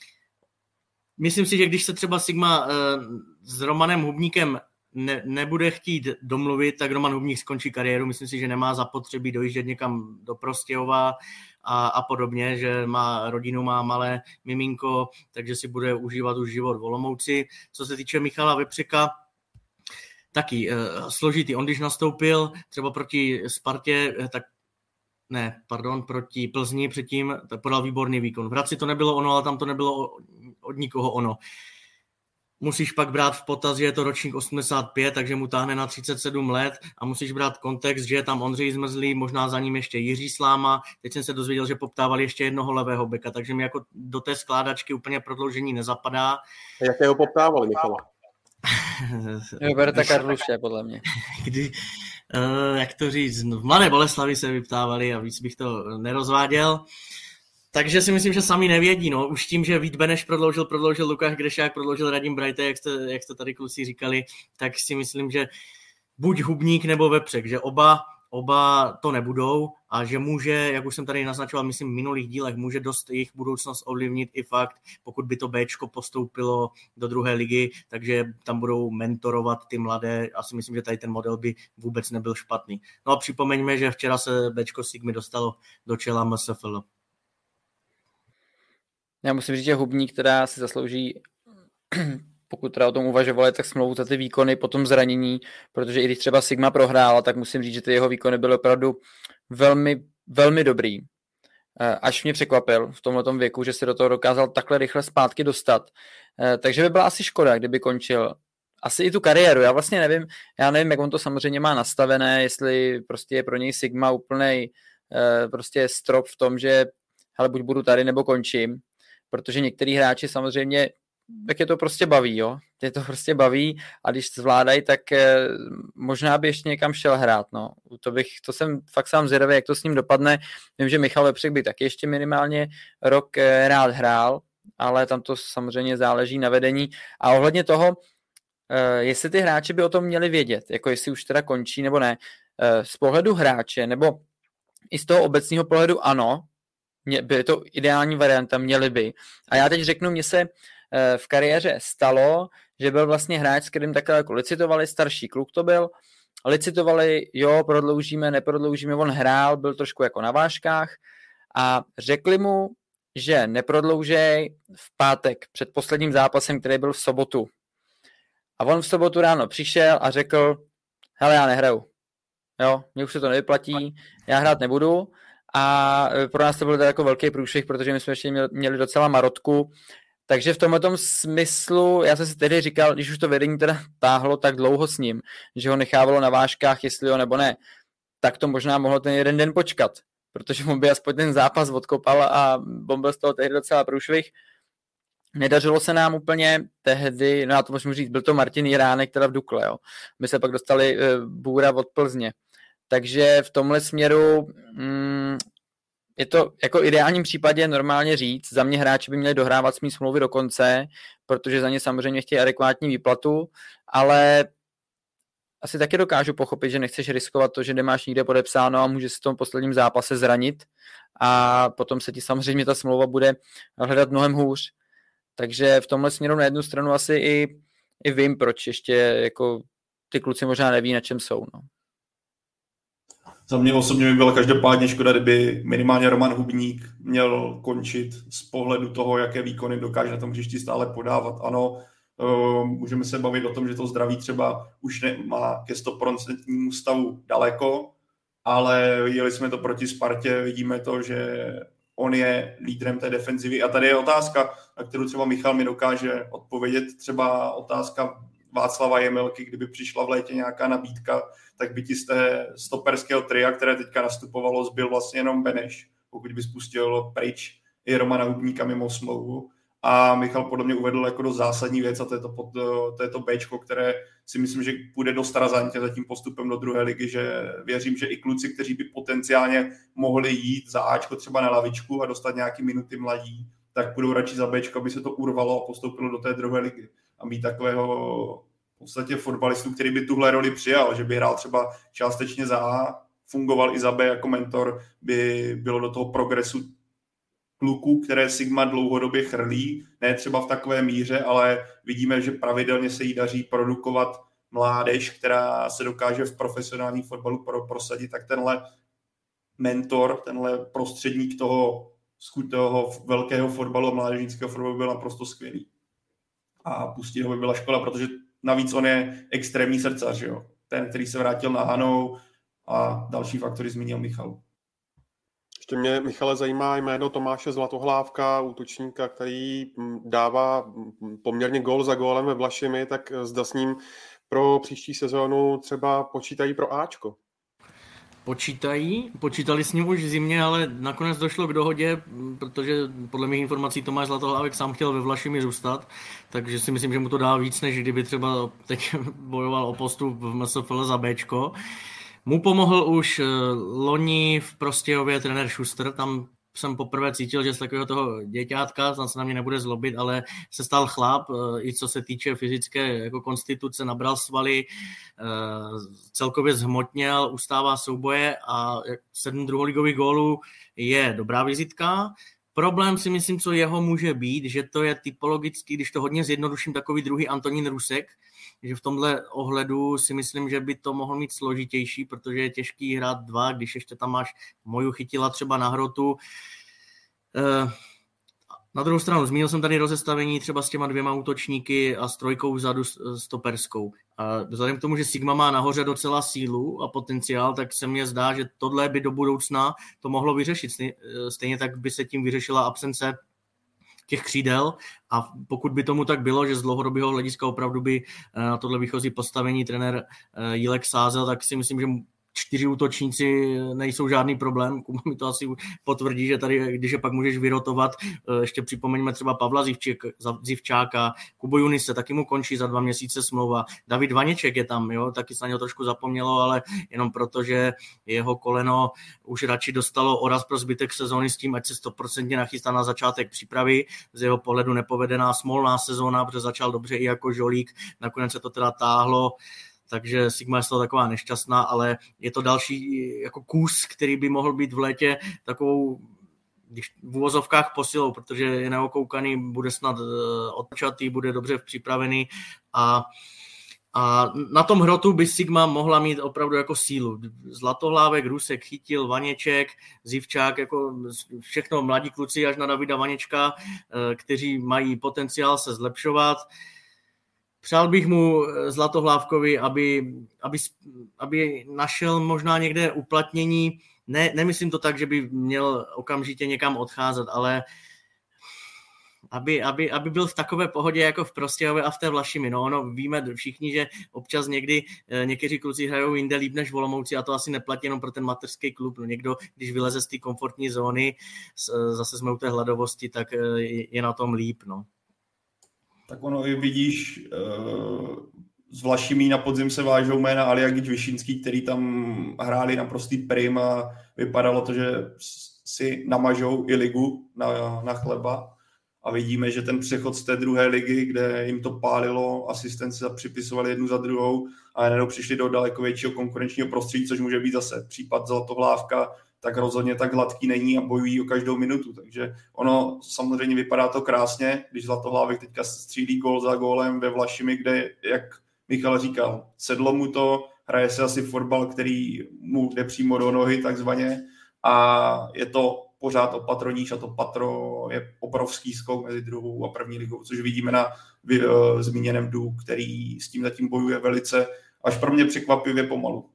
myslím si, že když se třeba Sigma uh, s Romanem Hubníkem ne, nebude chtít domluvit, tak Roman Hubník skončí kariéru. Myslím si, že nemá zapotřebí dojíždět někam do Prostějova a, a podobně, že má rodinu, má malé miminko, takže si bude užívat už život v Olomouci. Co se týče Michala Vepřeka, taky uh, složitý. On když nastoupil třeba proti Spartě, tak ne, pardon, proti Plzni předtím, tak podal výborný výkon. V Hradci to nebylo ono, ale tam to nebylo od nikoho ono. Musíš pak brát v potaz, že je to ročník osmdesát pět, takže mu táhne na třicet sedm let a musíš brát kontext, že je tam Ondřej Zmrzlý, možná za ním ještě Jiří Sláma. Teď jsem se dozvěděl, že poptávali ještě jednoho levého beka, takže mi jako do té skládačky úplně prodloužení nezapadá. A jakého poptávali, Michala? Roberta Karluše, podle mě. Kdy, uh, jak to říct, v Mladé Boleslavi se vyptávali a víc bych to nerozváděl. Takže si myslím, že sami nevědí. No. Už tím, že Vít Beneš prodloužil, prodloužil Lukáš Grešák, prodloužil Radim Brajte, jak jste, jak jste tady kluci říkali, tak si myslím, že buď Hubník nebo Vepřek, že oba, oba to nebudou a že může, jak už jsem tady naznačoval, myslím v minulých dílech, může dost jejich budoucnost ovlivnit i fakt, pokud by to Béčko postoupilo do druhé ligy, takže tam budou mentorovat ty mladé. Asi myslím, že tady ten model by vůbec nebyl špatný. No a připomeňme, že včera se Béčko Sigmy dostalo do čela M S F L. Já musím říct, že Hubník, která si zaslouží, pokud teda o tom uvažovali, tak smlouvu za ty výkony po tom zranění, protože i když třeba Sigma prohrála, tak musím říct, že ty jeho výkony byly opravdu velmi, velmi dobrý. Až mě překvapil v tomhletom věku, že se do toho dokázal takhle rychle zpátky dostat. Takže by byla asi škoda, kdyby končil asi i tu kariéru. Já vlastně nevím, já nevím, jak on to samozřejmě má nastavené, jestli prostě je pro něj Sigma úplnej prostě strop v tom, že hele, buď budu tady, nebo končím. Protože některý hráči samozřejmě, tak je to prostě baví, jo. Je to prostě baví a když zvládají, tak eh, možná by ještě někam šel hrát, no. To bych, to jsem fakt sám zvědavý, jak to s ním dopadne. Vím, že Michal Vepřek by taky ještě minimálně rok eh, rád hrál, ale tam to samozřejmě záleží na vedení. A ohledně toho, eh, jestli ty hráči by o tom měli vědět, jako jestli už teda končí nebo ne, eh, z pohledu hráče, nebo i z toho obecného pohledu ano, by to ideální varianta, měli by. A já teď řeknu, mně se v kariéře stalo, že byl vlastně hráč, s kterým takhle jako licitovali, starší kluk to byl, licitovali, jo, prodloužíme, neprodloužíme, on hrál, byl trošku jako na vážkách a řekli mu, že neprodloužej v pátek před posledním zápasem, který byl v sobotu. A on v sobotu ráno přišel a řekl, hele, já nehraju. Jo, mě už se to nevyplatí, já hrát nebudu. A pro nás to byl jako velký průšvih, protože my jsme ještě měli docela marotku. Takže v tomto smyslu, já jsem si tedy říkal, když už to vedení teda táhlo tak dlouho s ním, že ho nechávalo na vážkách, jestli jo nebo ne, tak to možná mohlo ten jeden den počkat, protože on by aspoň ten zápas odkopal a on byl z toho tehdy docela průšvih. Nedařilo se nám úplně tehdy, no já to můžu říct, byl to Martin Jiránek teda v Dukle, jo. My se pak dostali uh, bůra od Plzně. Takže v tomhle směru mm, je to jako ideálním případě normálně říct, za mě hráči by měli dohrávat smí smlouvy do konce, protože za ně samozřejmě chtějí adekvátní výplatu, ale asi taky dokážu pochopit, že nechceš riskovat to, že nemáš nikde podepsáno a může se v tom posledním zápase zranit a potom se ti samozřejmě ta smlouva bude hledat mnohem hůř. Takže v tomhle směru na jednu stranu asi i, i vím, proč ještě jako ty kluci možná neví, na čem jsou. No. Za mě osobně by byla každopádně škoda, kdyby minimálně Roman Hubník měl končit z pohledu toho, jaké výkony dokáže na tom hřišti stále podávat. Ano, můžeme se bavit o tom, že to zdraví třeba už nemá ke sto procent stavu daleko, ale jeli jsme to proti Spartě, vidíme to, že on je lídrem té defenzivy. A tady je otázka, na kterou třeba Michal mi dokáže odpovědět, třeba otázka Václava Jemelky, kdyby přišla v létě nějaká nabídka, tak by ti z té stoperského tria, které teďka nastupovalo, zbyl vlastně jenom Beneš, pokud by spustil pryč i Romana Hubníka mimo smlouvu. A Michal podle mě uvedl jako dost zásadní věc a to je to, pod, to, je to Bčko, které si myslím, že půjde dost razantně za tím postupem do druhé ligy, že věřím, že i kluci, kteří by potenciálně mohli jít za Ačko třeba na lavičku a dostat nějaké minuty mladí, tak budou radši za Bčko, aby se to urvalo a postoupilo do té druhé ligy. A mít takového v podstatě fotbalistu, který by tuhle roli přijal, že by hrál třeba částečně za A, fungoval i za B jako mentor, by bylo do toho progresu kluků, které Sigma dlouhodobě chrlí, ne třeba v takové míře, ale vidíme, že pravidelně se jí daří produkovat mládež, která se dokáže v profesionálním fotbalu prosadit, tak tenhle mentor, tenhle prostředník toho, toho velkého fotbalu a mládežnického fotbalu byl naprosto skvělý. A pustit ho by byla škoda, protože navíc on je extrémní srdcař, jo? Ten, který se vrátil na Hanou a další faktory zmínil Michal. Ještě mě, Michale, zajímá jméno Tomáše Zlatohlávka, útočníka, který dává poměrně gól za gólem ve Vlašimi, tak zda s ním pro příští sezónu třeba počítají pro Ačko. Počítají, počítali s ním už v zimě, ale nakonec došlo k dohodě, protože podle mých informací Tomáš Zlatohlávek sám chtěl ve Vlašimi zůstat, takže si myslím, že mu to dá víc, než kdyby třeba teď bojoval o postup v M S F L za Bčko. Mu pomohl už loni v Prostějově trenér Schuster, tam jsem poprvé cítil, že z takového toho děťátka, tam se na mě nebude zlobit, ale se stal chlap, i co se týče fyzické jako konstituce, nabral svaly, celkově zhmotněl, ustává souboje a sedm druholigových gólů je dobrá vizitka. Problém si myslím, co jeho může být, že to je typologicky, když to hodně zjednoduším, takový druhý Antonín Rusek, že v tomhle ohledu si myslím, že by to mohl mít složitější, protože je těžký hrát dva, když ještě tam máš Moju Chytila třeba na hrotu. Na druhou stranu, zmínil jsem tady rozestavení třeba s těma dvěma útočníky a s trojkou vzadu stoperskou. A vzhledem k tomu, že Sigma má nahoře docela sílu a potenciál, tak se mně zdá, že tohle by do budoucna to mohlo vyřešit. Stejně tak by se tím vyřešila absence těch křídel a pokud by tomu tak bylo, že z dlouhodobého hlediska opravdu by na tohle výchozí postavení trenér Jílek sázel, tak si myslím, že čtyři útočníci nejsou žádný problém. Kuba mi to asi potvrdí, že tady, když je pak můžeš vyrotovat, ještě připomeňme třeba Pavla Zivčík, Zivčáka, Kubo Junise, taky mu končí za dva měsíce smlouva. David Vaněček je tam, jo, taky se na něho trošku zapomnělo, ale jenom proto, že jeho koleno už radši dostalo oraz pro zbytek sezóny s tím, ať se stoprocentně nachystá na začátek přípravy. Z jeho pohledu nepovedená smolná sezóna, protože začal dobře i jako žolík, nakonec se to teda táhlo. Takže Sigma je z toho taková nešťastná, ale je to další jako kus, který by mohl být v létě takovou když v uvozovkách posilou, protože je neokoukaný, bude snad odčatý, bude dobře připravený a A na tom hrotu by Sigma mohla mít opravdu jako sílu. Zlatohlávek, Rusek, Chytil, Vaněček, Zivčák, jako všechno mladí kluci až na Davida Vaněčka, kteří mají potenciál se zlepšovat. Přál bych mu Zlatohlávkovi, aby, aby, aby našel možná někde uplatnění. Ne, nemyslím to tak, že by měl okamžitě někam odcházet, ale Aby, aby, aby byl v takové pohodě jako v Prostějově a v té Vlašimi. No, no, víme všichni, že občas někdy někteří kluci hrajou jinde líp než v Olomouci a to asi neplatí jenom pro ten mateřský klub. No, někdo, když vyleze z té komfortní zóny, zase jsme u té hladovosti, tak je na tom líp. No. Tak ono i vidíš, s Vlašimi na podzim se vážou jména Aliagič, Vyšinský, který tam hráli naprostý prim a vypadalo to, že si namažou i ligu na, na chleba. A vidíme, že ten přechod z té druhé ligy, kde jim to pálilo, asistenci připisovali jednu za druhou a najednou přišli do daleko většího konkurenčního prostředí, což může být zase případ Zlatohlávka, tak rozhodně tak hladký není a bojují o každou minutu. Takže ono samozřejmě vypadá to krásně, když Zlatohlávek teďka střílí gól za gólem ve Vlašimi, kde, jak Michal říkal, sedlo mu to, hraje se asi fotbal, který mu jde přímo do nohy takzvaně a je to pořád o patro níž a to patro je obrovský skok mezi druhou a první ligou, což vidíme na uh, zmíněném dů, který s tím zatím bojuje velice, až pro mě překvapivě pomalu.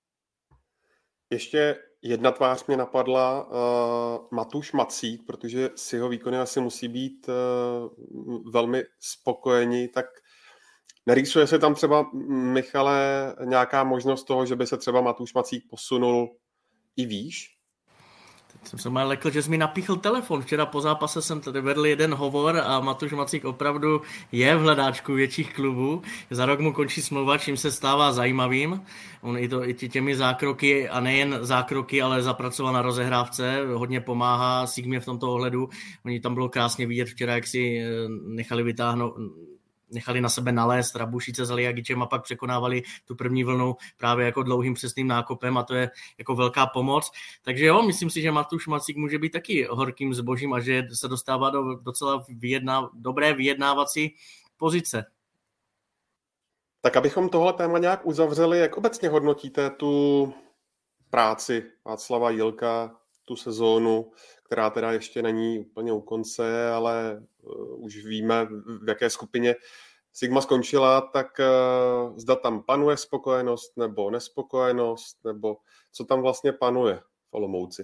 Ještě jedna tvář mě napadla, uh, Matuš Macík, protože s jeho výkony asi musí být uh, velmi spokojení, tak nerýsuje se tam třeba, Michale, nějaká možnost toho, že by se třeba Matuš Macík posunul i výš? Jsem se mal lekl, že jsi mi napíchl telefon. Včera po zápase jsem tady vedl jeden hovor a Matuš Macík opravdu je v hledáčku větších klubů. Za rok mu končí smlouva, čím se stává zajímavým. On i, to, i těmi zákroky, a nejen zákroky, ale zapracoval na rozehrávce, hodně pomáhá Sigmě v tomto ohledu. Oni tam bylo krásně vidět včera, jak si nechali vytáhnout, nechali na sebe nalézt Rabušice s Aliagičem a pak překonávali tu první vlnu právě jako dlouhým přesným nákopem a to je jako velká pomoc. Takže jo, myslím si, že Matuš Macík může být taky horkým zbožím a že se dostává do docela vyjedná, dobré vyjednávací pozice. Tak abychom tohle téma nějak uzavřeli, jak obecně hodnotíte tu práci Václava Jílka, tu sezónu, která teda ještě není úplně u konce, ale uh, už víme, v jaké skupině Sigma skončila, tak uh, zda tam panuje spokojenost nebo nespokojenost, nebo co tam vlastně panuje v Olomouci?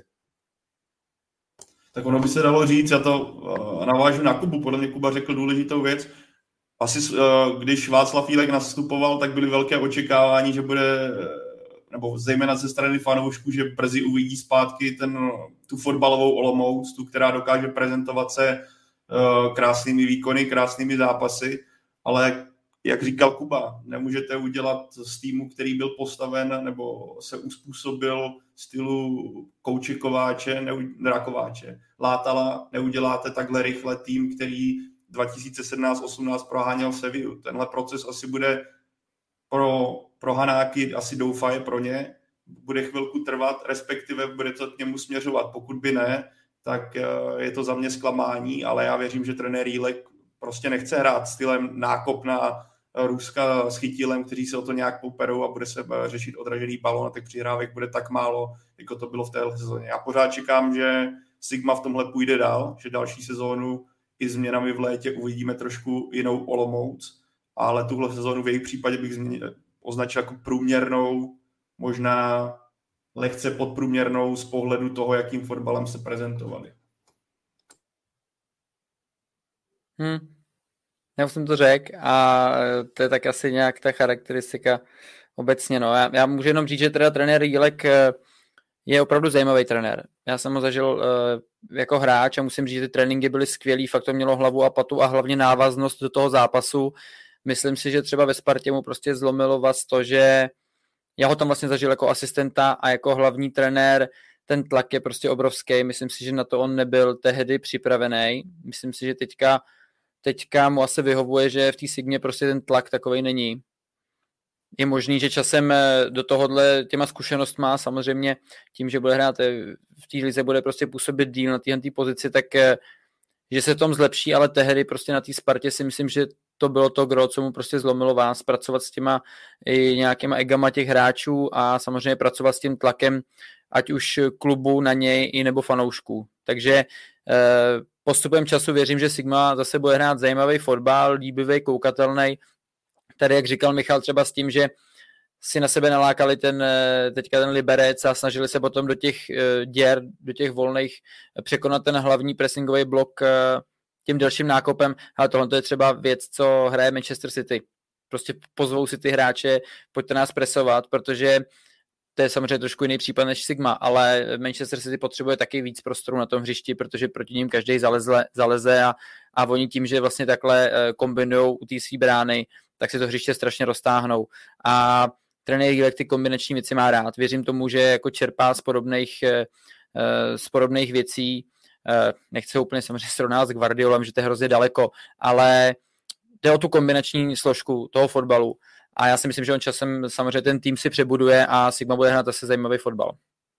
Tak ono by se dalo říct, já to uh, navážu na Kubu, podle mě Kuba řekl důležitou věc. Asi uh, když Václav Jílek nastupoval, tak byly velké očekávání, že bude nebo zejména ze strany fanoušků, že brzy uvidí zpátky ten, tu fotbalovou Olomouc, tu, která dokáže prezentovat se uh, krásnými výkony, krásnými zápasy, ale jak říkal Kuba, nemůžete udělat z týmu, který byl postaven nebo se uspůsobil stylu Kouče Kováče, Drakováče, Látala, neuděláte takhle rychle tým, který dva tisíce sedmnáct osmnáct proháněl Sevillu. Tenhle proces asi bude pro, pro Hanáky, asi doufaje pro ně, bude chvilku trvat, respektive bude to k němu směřovat. Pokud by ne, tak je to za mě zklamání, ale já věřím, že trenér Jílek prostě nechce hrát stylem nákop na Ruska s Chytilem, kteří se o to nějak poperou a bude se řešit odražený balón a těch přihrávek bude tak málo, jako to bylo v téhle sezóně. Já pořád čekám, že Sigma v tomhle půjde dál, že další sezónu i změnami v létě uvidíme trošku jinou Olomouc, ale tuhle sezónu v jejich případě bych změnil, označil jako průměrnou, možná lehce podprůměrnou z pohledu toho, jakým fotbalem se prezentovali. Hmm. Já už jsem to řekl a to je tak asi nějak ta charakteristika obecně. No. Já, já můžu jenom říct, že teda trenér Jílek je opravdu zajímavý trenér. Já jsem ho zažil uh, jako hráč a musím říct, že ty tréninky byly skvělý, fakt to mělo hlavu a patu a hlavně návaznost do toho zápasu. Myslím si, že třeba ve Spartě mu prostě zlomilo vás to, že já ho tam vlastně zažil jako asistenta a jako hlavní trenér, ten tlak je prostě obrovský. Myslím si, že na to on nebyl tehdy připravený. Myslím si, že teďka, teďka mu asi vyhovuje, že v té Sigmě prostě ten tlak takovej není. je možný, že časem do tohohle těma zkušenostma, samozřejmě tím, že bude hrát v té lize, bude prostě působit díl na téhle pozici, tak že se v tom zlepší, ale tehdy prostě na té Spartě si myslím, že to bylo to gro, co mu prostě zlomilo vás, pracovat s těma i nějakýma egama těch hráčů a samozřejmě pracovat s tím tlakem, ať už klubu na něj, i nebo fanoušků. Takže postupem času věřím, že Sigma zase bude hrát zajímavý fotbal, líbivý, koukatelný. Tady, jak říkal Michal, třeba s tím, že si na sebe nalákali ten, teďka ten Liberec a snažili se potom do těch děr, do těch volných překonat ten hlavní pressingový blok tím delším nákopem, ale tohle je třeba věc, co hraje Manchester City. Prostě pozvou si ty hráče, pojďte nás presovat, protože to je samozřejmě trošku jiný případ než Sigma, ale Manchester City potřebuje taky víc prostoru na tom hřišti, protože proti ním každý zaleze, zaleze a, a oni tím, že vlastně takhle kombinují u té svý brány, tak si to hřiště strašně roztáhnou. A trenér Jílek ty kombinační věci má rád. Věřím tomu, že jako čerpá z podobných, z podobných věcí. Nechci úplně samozřejmě srovnat s Guardiolem, že to je hrozně daleko, ale jde o tu kombinační složku toho fotbalu. A já si myslím, že on časem samozřejmě ten tým si přebuduje a Sigma bude hrát asi zajímavý fotbal.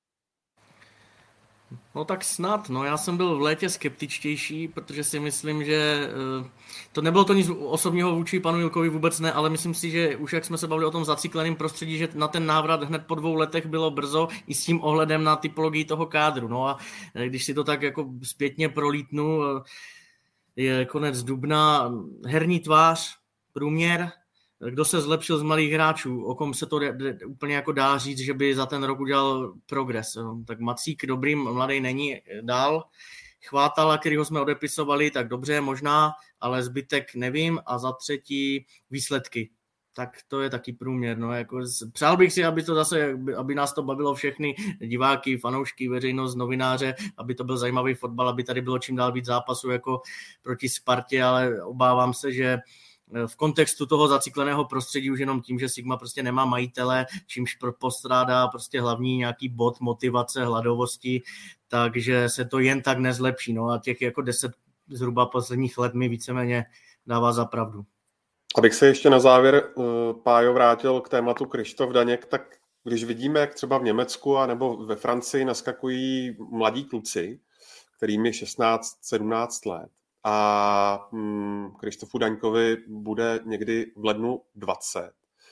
No tak snad, no já jsem byl v létě skeptičtější, protože si myslím, že to nebylo to nic osobního vůči panu Jilkovi, vůbec ne, ale myslím si, že už jak jsme se bavili o tom zacykleném prostředí, že na ten návrat hned po dvou letech bylo brzo i s tím ohledem na typologii toho kádru. No a když si to tak jako zpětně prolítnu, je konec dubna, herní tvář, průměr, kdo se zlepšil z malých hráčů, o kom se to de, de, úplně jako dá říct, že by za ten rok udělal progres. No, tak Macík dobrý, mladý není dál. Chvátala, kterýho jsme odepisovali, tak dobře, možná, ale zbytek nevím. A za třetí výsledky. Tak to je taky průměr. No, jako, přál bych si, aby to zase, aby nás to bavilo všechny diváky, fanoušky, veřejnost, novináře, aby to byl zajímavý fotbal, aby tady bylo čím dál víc zápasů jako proti Spartě, ale obávám se, že v kontextu toho zacykleného prostředí už jenom tím, že Sigma prostě nemá majitele, čímž postrádá prostě hlavní nějaký bod motivace, hladovosti, takže se to jen tak nezlepší. No a těch jako deset zhruba posledních let mi víceméně dává za pravdu. Abych se ještě na závěr, Pájo, vrátil k tématu Krištof Daněk, tak když vidíme, jak třeba v Německu a nebo ve Francii naskakují mladí kluci, kterým je šestnáct sedmnáct let, a hm, Krištofu Daňkovi bude někdy v lednu dvacet.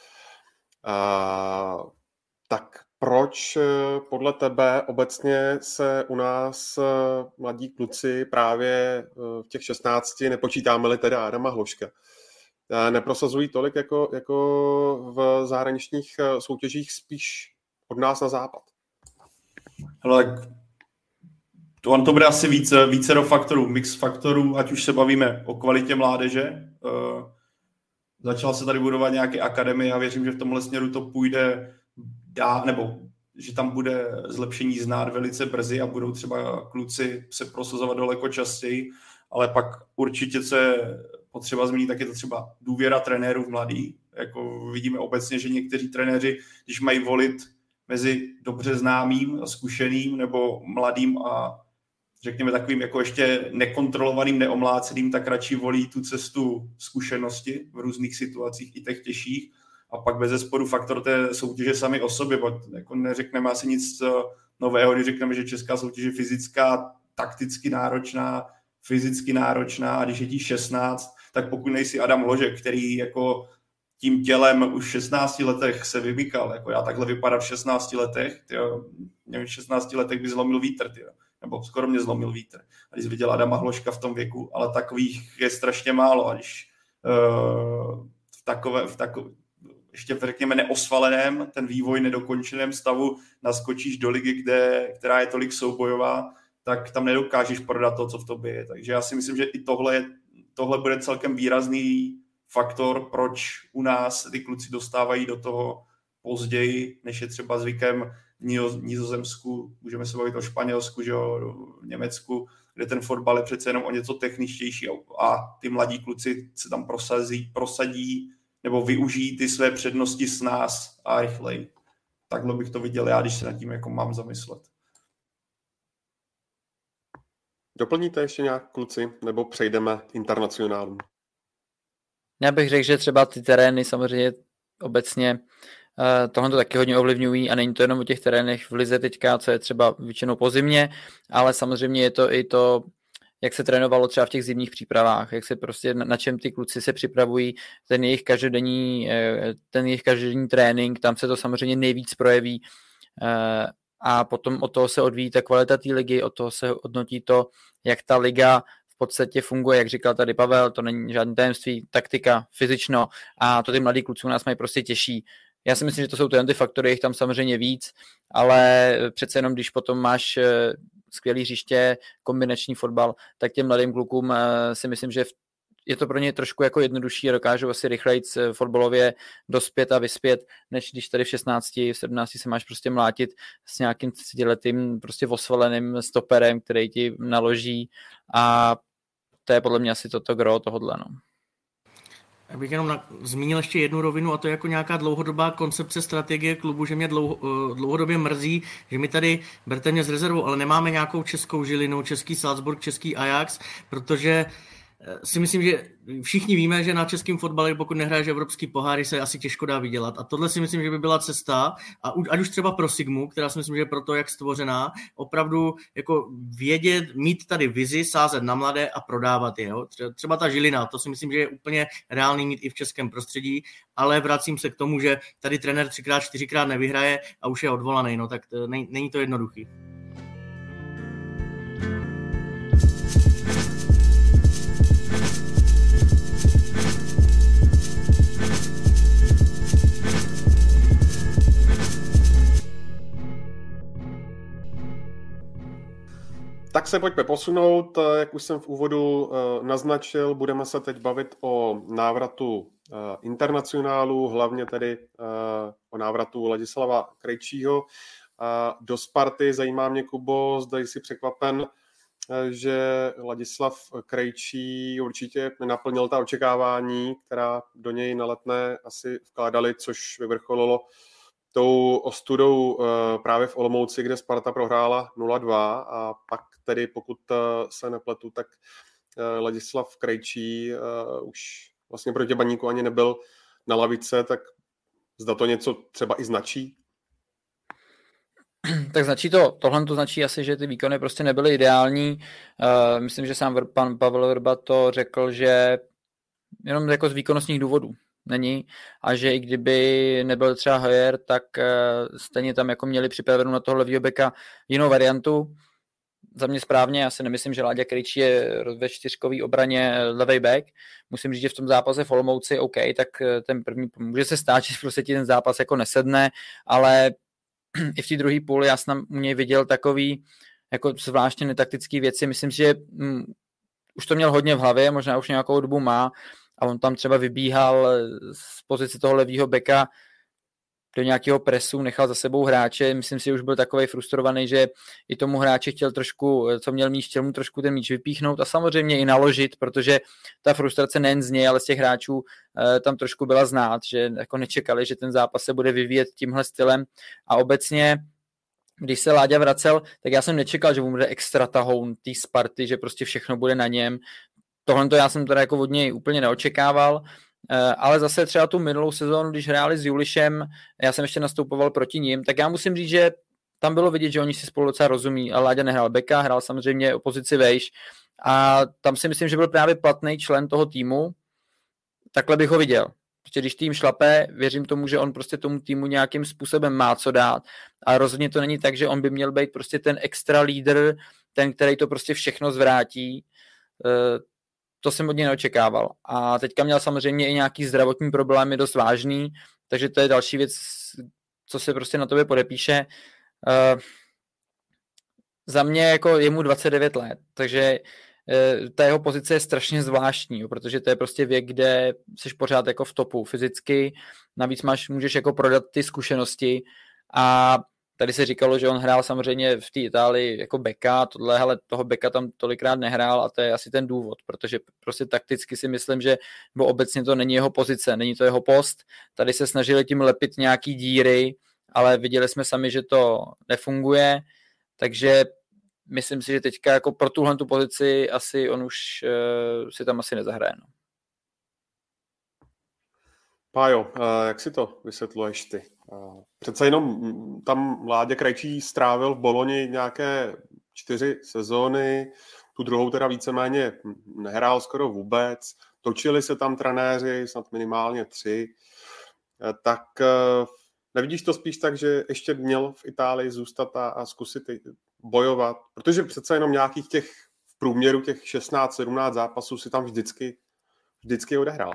A, tak proč podle tebe obecně se u nás mladí kluci právě v těch šestnácti, nepočítáme-li teda Adama Hloška, neprosazují tolik jako, jako v zahraničních soutěžích, spíš od nás na západ? Hele, to, on to bude asi více, vícero faktorů, mix faktorů, ať už se bavíme o kvalitě mládeže. Uh, začala se tady budovat nějaké akademie a věřím, že v tomhle směru to půjde dá, nebo že tam bude zlepšení znát velice brzy a budou třeba kluci se prosazovat daleko častěji, ale pak určitě, co je potřeba zmínit, tak je to třeba důvěra trenérů v mladý. Jako vidíme obecně, že někteří trenéři, když mají volit mezi dobře známým a zkušeným nebo mladým a řekněme takovým jako ještě nekontrolovaným, neomláceným, tak radši volí tu cestu zkušenosti v různých situacích, i těch těžších. A pak bezesporu faktor té soutěže sami o sobě, bo jako neřekneme asi nic nového, když řekneme, že česká soutěž je fyzická, takticky náročná, fyzicky náročná, a když je tí šestnáct, tak pokud nejsi Adam Hložek, který jako tím tělem už v šestnácti letech se vymykal, jako já takhle vypadám v šestnácti letech, tyjo, nevím, v šestnácti letech by zlomil vítr, tyjo, nebo skoro mě zlomil vítr, a když viděl Adama Hložka v tom věku, ale takových je strašně málo, a když uh, v takové, v takové ještě řekněme neosvaleném, ten vývoj nedokončeném stavu naskočíš do ligy, kde, která je tolik soubojová, tak tam nedokážeš prodat to, co v tobě je. Takže já si myslím, že i tohle, tohle bude celkem výrazný faktor, proč u nás ty kluci dostávají do toho později, než je třeba zvykem v Nizozemsku, můžeme se bavit o Španělsku, že jo, v Německu, kde ten fotbal je přece jenom o něco techničtější a ty mladí kluci se tam prosadí, prosadí nebo využijí ty své přednosti s nás a rychleji. Takhle bych to viděl já, když se nad tím jako mám zamyslet. Doplníte ještě nějak, kluci, nebo přejdeme internacionálům? Já bych řekl, že třeba ty terény samozřejmě obecně tohle to taky hodně ovlivňují a není to jenom o těch terénech v lize teďka, co je třeba většinou po zimě, ale samozřejmě je to i to, jak se trénovalo třeba v těch zimních přípravách, jak se prostě na čem ty kluci se připravují, ten jejich každodenní, ten jejich každodenní trénink, tam se to samozřejmě nejvíc projeví a potom od toho se odvíjí ta kvalita té ligy, od toho se hodnotí to, jak ta liga v podstatě funguje, jak říkal tady Pavel, to není žádné tajemství, taktika, fyzično a to ty mladí kluci u nás mají prostě těžší. Já si myslím, že to jsou ty antifaktory, jich tam samozřejmě víc, ale přece jenom, když potom máš skvělý hřiště, kombinační fotbal, tak těm mladým klukům si myslím, že je to pro ně trošku jako jednodušší a dokážou asi rychleji fotbalově dospět a vyspět, než když tady v šestnácti, v sedmnácti se máš prostě mlátit s nějakým třicetiletým prostě osvaleným stoperem, který ti naloží a to je podle mě asi toto gro tohodle, no. Já bych jenom na, zmínil ještě jednu rovinu a to je jako nějaká dlouhodobá koncepce strategie klubu, že mě dlouho, dlouhodobě mrzí, že my tady, berte mě z rezervou, ale nemáme nějakou českou Žilinu, český Salzburg, český Ajax, protože si myslím, že všichni víme, že na českém fotbale, pokud nehraješ evropský poháry, se asi těžko dá vydělat. A tohle si myslím, že by byla cesta, a ať už třeba pro Sigmu, která si myslím, že je pro to, jak stvořená, opravdu jako vědět, mít tady vizi, sázet na mladé a prodávat je. Jo? Třeba ta Žilina, to si myslím, že je úplně reálný mít i v českém prostředí, ale vracím se k tomu, že tady trenér třikrát, čtyřikrát nevyhraje a už je odvolaný, no tak to, není, není to jednoduchý. Tak se pojďme posunout, jak už jsem v úvodu naznačil, budeme se teď bavit o návratu internacionálů, hlavně tedy o návratu Ladislava Krejčího do Sparty. Zajímá mě, Kubo, zda jsi překvapen, že Ladislav Krejčí určitě naplnil ta očekávání, která do něj na Letné asi vkládali, což vyvrcholilo tou ostudou právě v Olomouci, kde Sparta prohrála nula dva a pak tedy, pokud se nepletu, tak Ladislav Krejčí už vlastně proti Baníku ani nebyl na lavice, tak zda to něco třeba i značí? Tak značí to, tohle to značí asi, že ty výkony prostě nebyly ideální. Myslím, že sám pan Pavel Vrba to řekl, že jenom jako z výkonnostních důvodů není a že i kdyby nebyl třeba Hoyer, tak stejně tam jako měli připravenou na toho levýho beka jinou variantu. Za mě správně, já si nemyslím, že Láďa Krejčí je ve čtyřkový obraně levej back. Musím říct, že v tom zápase v Olomouci, OK, tak ten první, může se stát, že prostě ti ten zápas jako nesedne, ale i v té druhé půli já jsem u něj viděl takový jako zvláštně netaktický věci. Myslím si, že hm, už to měl hodně v hlavě, možná už nějakou dobu má a on tam třeba vybíhal z pozice toho levýho beka do nějakého presu, nechal za sebou hráče, myslím si, že už byl takovej frustrovaný, že i tomu hráči chtěl trošku, co měl míč, chtěl mu trošku ten míč vypíchnout a samozřejmě i naložit, protože ta frustrace nejen z něj, ale z těch hráčů tam trošku byla znát, že jako nečekali, že ten zápas se bude vyvíjet tímhle stylem a obecně, když se Láďa vracel, tak já jsem nečekal, že bude extra tahoun té Sparty, že prostě všechno bude na něm. Tohle to já jsem teda jako od něj úplně neočekával, ale zase třeba tu minulou sezónu, když hráli s Julišem, já jsem ještě nastupoval proti ním, tak já musím říct, že tam bylo vidět, že oni si spolu docela rozumí a Láďa nehrál beka, hrál samozřejmě o pozici vejš a tam si myslím, že byl právě platný člen toho týmu, takhle bych ho viděl. Prostě když tým šlape, věřím tomu, že on prostě tomu týmu nějakým způsobem má co dát a rozhodně to není tak, že on by měl být prostě ten extra lídr, ten, který to prostě všechno zvrátí. To jsem od něj neočekával. A teďka měl samozřejmě i nějaký zdravotní problémy dost vážný, takže to je další věc, co se prostě na tobě podepíše. Uh, za mě jako je mu dvacet devět let, takže uh, ta jeho pozice je strašně zvláštní, jo, protože to je prostě věk, kde jsi pořád jako v topu fyzicky, navíc máš, můžeš jako prodat ty zkušenosti a tady se říkalo, že on hrál samozřejmě v té Itálii jako beka, tohle, ale toho beka tam tolikrát nehrál a to je asi ten důvod, protože prostě takticky si myslím, že nebo obecně to není jeho pozice, není to jeho post. Tady se snažili tím lepit nějaký díry, ale viděli jsme sami, že to nefunguje, takže myslím si, že teďka jako pro tuhle tu pozici asi on už uh, si tam asi nezahraje. No. Pájo, jak si to vysvětluješ ty? Přece jenom tam Láďa Krejčí strávil v Boloni nějaké čtyři sezóny, tu druhou teda víceméně nehrál skoro vůbec, točili se tam trenéři, snad minimálně tři, tak nevidíš to spíš tak, že ještě měl v Itálii zůstat a, a zkusit bojovat, protože přece jenom nějakých těch v průměru těch šestnáct sedmnáct zápasů si tam vždycky, vždycky odehrál.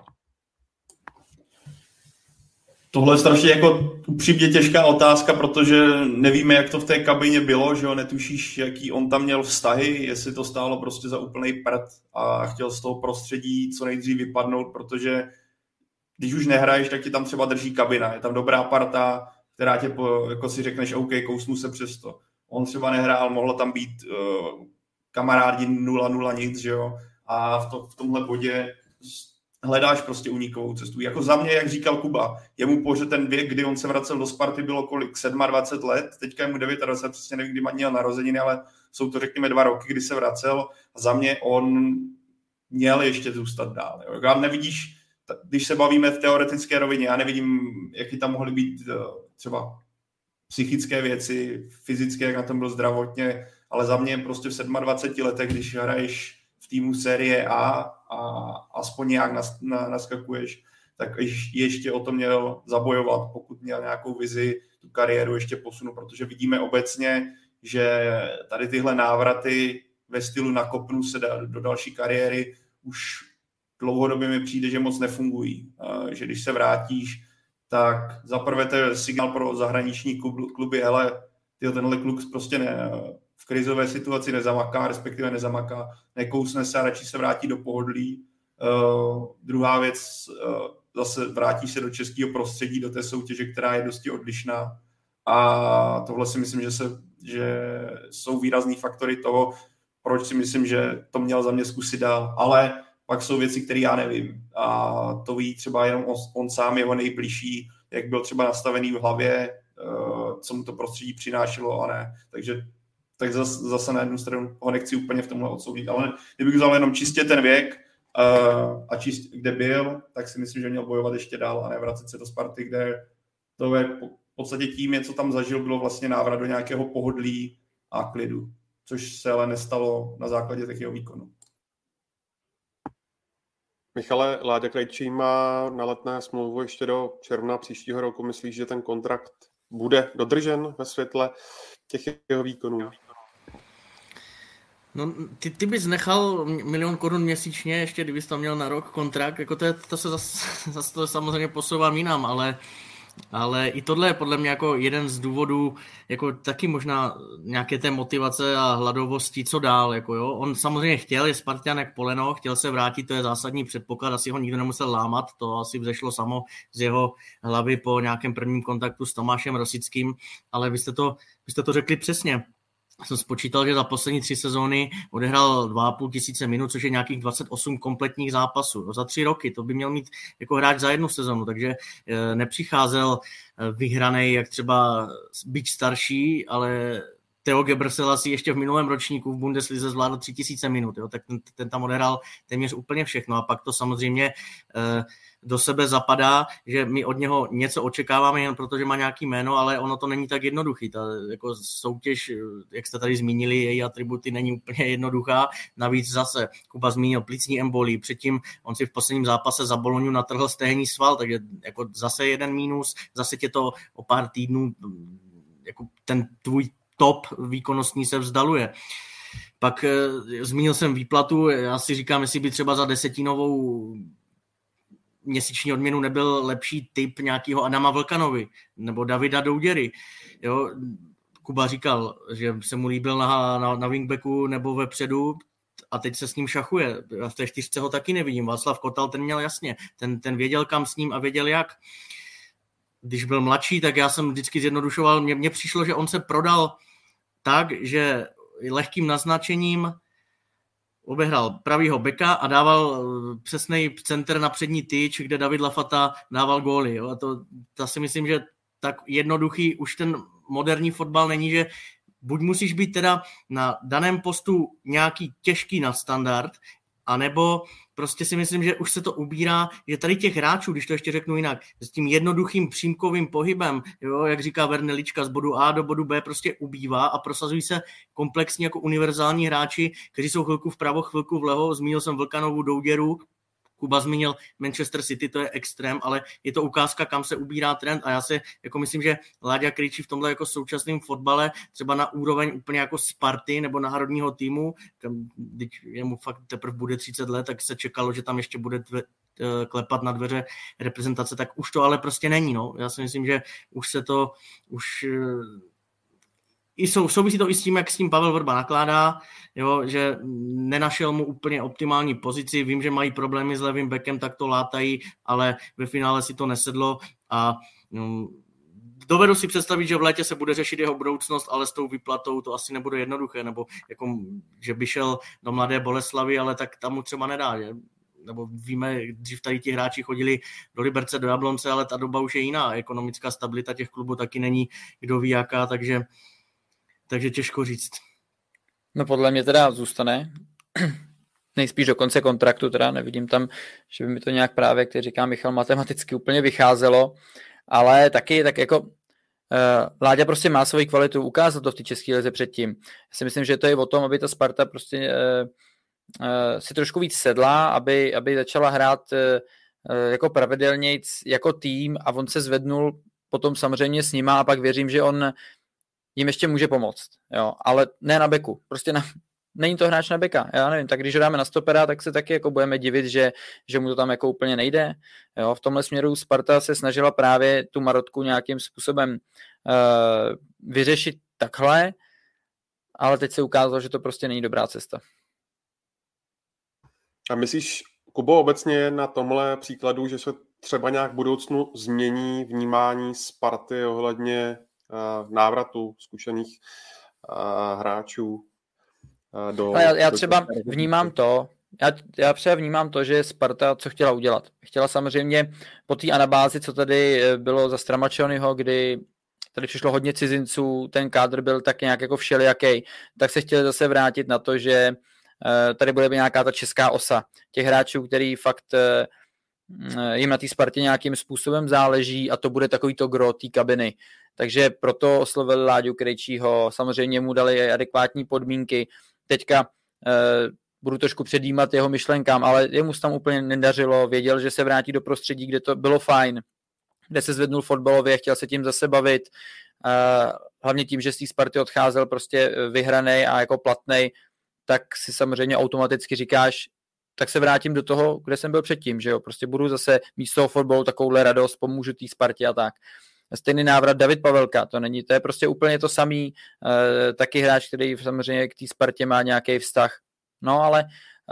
Tohle je strašně jako upřímně těžká otázka, protože nevíme, jak to v té kabině bylo, že jo, netušíš, jaký on tam měl vztahy, jestli to stálo prostě za úplnej prd a chtěl z toho prostředí co nejdřív vypadnout, protože když už nehraješ, tak ti tam třeba drží kabina, je tam dobrá parta, která tě, po, jako si řekneš, OK, kousnu se přesto. On třeba nehrál, mohlo tam být uh, kamarádi nula nula nic, že jo, a v, to, v tomhle bodě hledáš prostě unikovou cestu. Jako za mě, jak říkal Kuba, jemu pořád ten věk, kdy on se vracel do Sparty, bylo kolik? dvacet sedm let, teďka je mu dvacet devět, přesně nevím, kdy měl narozeniny, ale jsou to řekněme dva roky, kdy se vracel a za mě on měl ještě zůstat dál. Jo. Já nevidíš, když se bavíme v teoretické rovině, já nevidím, jaký tam mohly být třeba psychické věci, fyzické, jak na tom byl zdravotně, ale za mě prostě v dvaceti sedmi letech, když hraješ v týmu série A a aspoň nějak nas, na, naskakuješ, tak ještě o to měl zabojovat, pokud měl nějakou vizi, tu kariéru ještě posunu, protože vidíme obecně, že tady tyhle návraty ve stylu nakopnu se do další kariéry už dlouhodobě mi přijde, že moc nefungují. Že když se vrátíš, tak zaprvé to je signál pro zahraniční kluby, hele, tyjo, tenhle kluk prostě ne, v krizové situaci nezamaká, respektive nezamaká, nekousne se a radši se vrátí do pohodlí. Uh, druhá věc, uh, zase vrátí se do českého prostředí, do té soutěže, která je dosti odlišná. A tohle si myslím, že, se, že jsou výrazný faktory toho, proč si myslím, že to měl za mě zkusit dál. Ale pak jsou věci, které já nevím. A to ví třeba jenom on, on sám, jeho nejbližší, jak byl třeba nastavený v hlavě, uh, co mu to prostředí přinášelo a ne. Takže tak zase, zase na jednu stranu ho nechci úplně v tomhle odsoudit. Ale kdybych vzal jenom čistě ten věk uh, a čistě, kde byl, tak si myslím, že měl bojovat ještě dál a ne vracet se do Sparty, kde to je v podstatě tím, co tam zažil, bylo vlastně návrat do nějakého pohodlí a klidu, což se ale nestalo na základě takového výkonu. Michale, Láďa Krejčí má na letné smlouvu ještě do června příštího roku. Myslíš, že ten kontrakt bude dodržen ve světle těch jeho výkonů? No, ty, ty bys nechal milion korun měsíčně, ještě kdybys tam měl na rok kontrakt, jako to, je, to se zase zas to samozřejmě posouvám jinam, ale, ale i tohle je podle mě jako jeden z důvodů, jako taky možná nějaké té motivace a hladovosti, co dál, jako jo. On samozřejmě chtěl, je Spartan jak poleno, chtěl se vrátit, to je zásadní předpoklad, asi ho nikdo nemusel lámat, to asi vzešlo samo z jeho hlavy po nějakém prvním kontaktu s Tomášem Rosickým, ale vy jste to, vy jste to řekli přesně. Jsem spočítal, že za poslední tři sezóny odehrál dva a půl tisíce minut, což je nějakých dvacet osm kompletních zápasů. Za tři roky, to by měl mít jako hráč za jednu sezónu, takže nepřicházel vyhranej, jak třeba byť starší, ale Theo Gebrselassie ještě v minulém ročníku v Bundeslize zvládl tři tisíce minut, jo, tak ten, ten tam odehrál téměř úplně všechno a pak to samozřejmě eh, do sebe zapadá, že my od něho něco očekáváme jen protože má nějaký jméno, ale ono to není tak jednoduchý. Ta jako soutěž, jak jste tady zmínili, její atributy není úplně jednoduchá. Navíc zase Kuba zmínil plicní embolii, předtím on si v posledním zápase za Bolognu natrhl stehní sval, takže jako zase jeden mínus, zase tě to o pár týdnů jako ten tvůj top výkonnostní se vzdaluje. Pak e, zmínil jsem výplatu, já si říkám, jestli by třeba za desetinovou měsíční odměnu nebyl lepší typ nějakého Adama Vlkanovi nebo Davida Douděry. Jo? Kuba říkal, že se mu líbil na, na, na wingbacku nebo vepředu a teď se s ním šachuje. Já v té čtyřce ho taky nevidím. Václav Kotal, ten měl jasně. Ten, ten věděl kam s ním a věděl jak. Když byl mladší, tak já jsem vždycky zjednodušoval. Mně, mně přišlo, že on se prodal tak, že lehkým naznačením obehrál pravýho beka a dával přesnej center na přední tyč, kde David Lafata dával góly. Jo? A to, to si myslím, že tak jednoduchý už ten moderní fotbal není, že buď musíš být teda na daném postu nějaký těžký nadstandard, A nebo prostě si myslím, že už se to ubírá, že tady těch hráčů, když to ještě řeknu jinak, s tím jednoduchým přímkovým pohybem, jo, jak říká Vernelička, z bodu A do bodu B prostě ubývá a prosazují se komplexní jako univerzální hráči, kteří jsou chvilku vpravo, chvilku vlevo. Zmínil jsem Vlkanovu, Douděru, Kuba zmínil Manchester City, to je extrém, ale je to ukázka, kam se ubírá trend a já si jako myslím, že Láďa Krejčí v tomhle jako současném fotbale třeba na úroveň úplně jako Sparty nebo národního týmu, když jemu fakt teprve bude třicet let, tak se čekalo, že tam ještě bude tve, klepat na dveře reprezentace, tak už to ale prostě není. No. Já si myslím, že už se to, už i sou, souvisí to i s tím, jak s tím Pavel Vrba nakládá, jo, že nenašel mu úplně optimální pozici, vím, že mají problémy s levým backem, tak to látají, ale ve finále si to nesedlo a no, dovedu si představit, že v létě se bude řešit jeho budoucnost, ale s tou výplatou to asi nebude jednoduché, nebo jako, že by šel do Mladé Boleslavi, ale tak tam mu třeba nedá, že? Nebo víme, dřív tady ti hráči chodili do Liberce, do Jablonce, ale ta doba už je jiná, ekonomická stabilita těch klubů taky není kdo ví jaká, takže takže těžko říct. No podle mě teda zůstane. Nejspíš do konce kontraktu, teda nevidím tam, že by mi to nějak právě, jak říká Michal, matematicky úplně vycházelo, ale taky tak jako uh, Láďa prostě má svoji kvalitu, ukázal to v té české lize předtím. Já si myslím, že to je o tom, aby ta Sparta prostě uh, uh, si trošku víc sedla, aby, aby začala hrát uh, jako pravidelně jako tým a on se zvednul potom samozřejmě s nima a pak věřím, že on jim ještě může pomoct, jo, ale ne na beku, prostě na, není to hráč na beka, já nevím, tak když ho dáme na stopera, tak se taky jako budeme divit, že, že mu to tam jako úplně nejde, jo, v tomhle směru Sparta se snažila právě tu marotku nějakým způsobem uh, vyřešit takhle, ale teď se ukázalo, že to prostě není dobrá cesta. A myslíš, Kubo, obecně na tomhle příkladu, že se třeba nějak v budoucnu změní vnímání Sparty ohledně návratu zkušených uh, hráčů uh, do... Já, já třeba vnímám to, já, já třeba vnímám to, že Sparta co chtěla udělat. Chtěla samozřejmě po té anabázi, co tady bylo za Stramačonyho, kdy tady přišlo hodně cizinců, ten kádr byl tak nějak jako všelijaký, tak se chtěli zase vrátit na to, že uh, tady bude nějaká ta česká osa těch hráčů, který fakt uh, jim na té Spartě nějakým způsobem záleží a to bude takový to gro té kabiny. Takže proto oslovili Láďu Krejčího, samozřejmě mu dali adekvátní podmínky. Teďka eh, budu trošku předjímat jeho myšlenkám, ale jemu se tam úplně nedařilo, věděl, že se vrátí do prostředí, kde to bylo fajn, kde se zvednul fotbalově, chtěl se tím zase bavit, eh, hlavně tím, že z té Sparty odcházel prostě vyhranej a jako platnej, tak si samozřejmě automaticky říkáš, tak se vrátím do toho, kde jsem byl předtím, že jo, prostě budu zase mít z toho fotbalu takovouhle radost, pomůžu té Spartě a tak. Stejný návrat David Pavelka, to není, to je prostě úplně to samý, e, taky hráč, který samozřejmě k té Spartě má nějaký vztah, no ale e,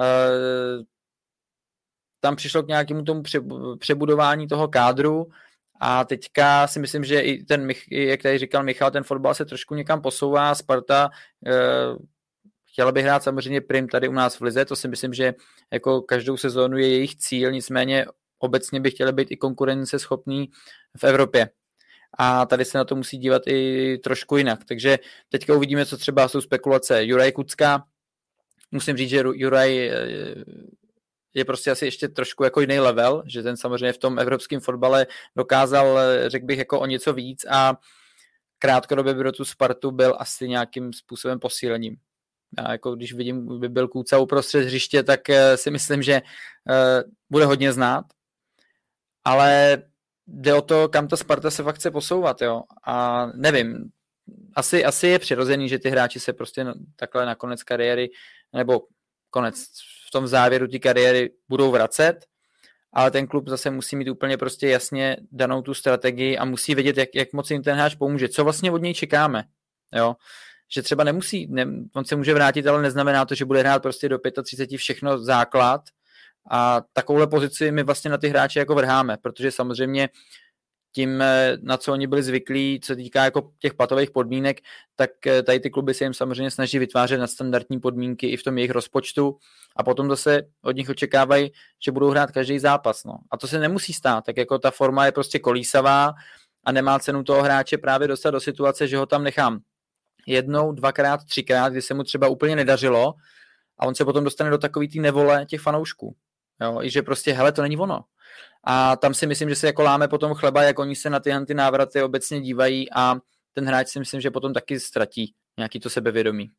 tam přišlo k nějakému tomu přebudování toho kádru a teďka si myslím, že i ten, jak tady říkal Michal, ten fotbal se trošku někam posouvá, Sparta e, chtěla by hrát samozřejmě prim tady u nás v lize, to si myslím, že jako každou sezónu je jejich cíl, nicméně obecně by chtěli být i konkurenceschopní v Evropě. A tady se na to musí dívat i trošku jinak. Takže teďka uvidíme, co třeba jsou spekulace Juraj Kucka. Musím říct, že Juraj je prostě asi ještě trošku jako jiný level, že ten samozřejmě v tom evropském fotbale dokázal, řekl bych, jako o něco víc a krátkodobě by do tu Spartu byl asi nějakým způsobem posílením. Já jako když vidím, by byl Kuca uprostřed hřiště, tak si myslím, že bude hodně znát. Ale jde o to, kam ta Sparta se fakt chce posouvat, jo. A nevím, asi, asi je přirozený, že ty hráči se prostě takhle na konec kariéry, nebo konec v tom závěru té kariéry budou vracet, ale ten klub zase musí mít úplně prostě jasně danou tu strategii a musí vědět, jak, jak moc jim ten hráč pomůže. Co vlastně od něj čekáme, jo. Že třeba nemusí, ne, on se může vrátit, ale neznamená to, že bude hrát prostě do třicet pět všechno základ. A takovouhle pozici my vlastně na ty hráče jako vrháme, protože samozřejmě tím, na co oni byli zvyklí, co týká jako těch platových podmínek, tak tady ty kluby se jim samozřejmě snaží vytvářet nadstandardní podmínky i v tom jejich rozpočtu a potom zase od nich očekávají, že budou hrát každý zápas. No. A to se nemusí stát, tak jako ta forma je prostě kolísavá a nemá cenu toho hráče právě dostat do situace, že ho tam nechám jednou, dvakrát, třikrát, kdy se mu třeba úplně nedařilo a on se potom dostane do takový té nevole těch fanoušků. Jo? I že prostě, hele, to není ono. A tam si myslím, že se jako láme potom chleba, jak oni se na tyhle ty návraty obecně dívají a ten hráč si myslím, že potom taky ztratí nějaký to sebevědomí.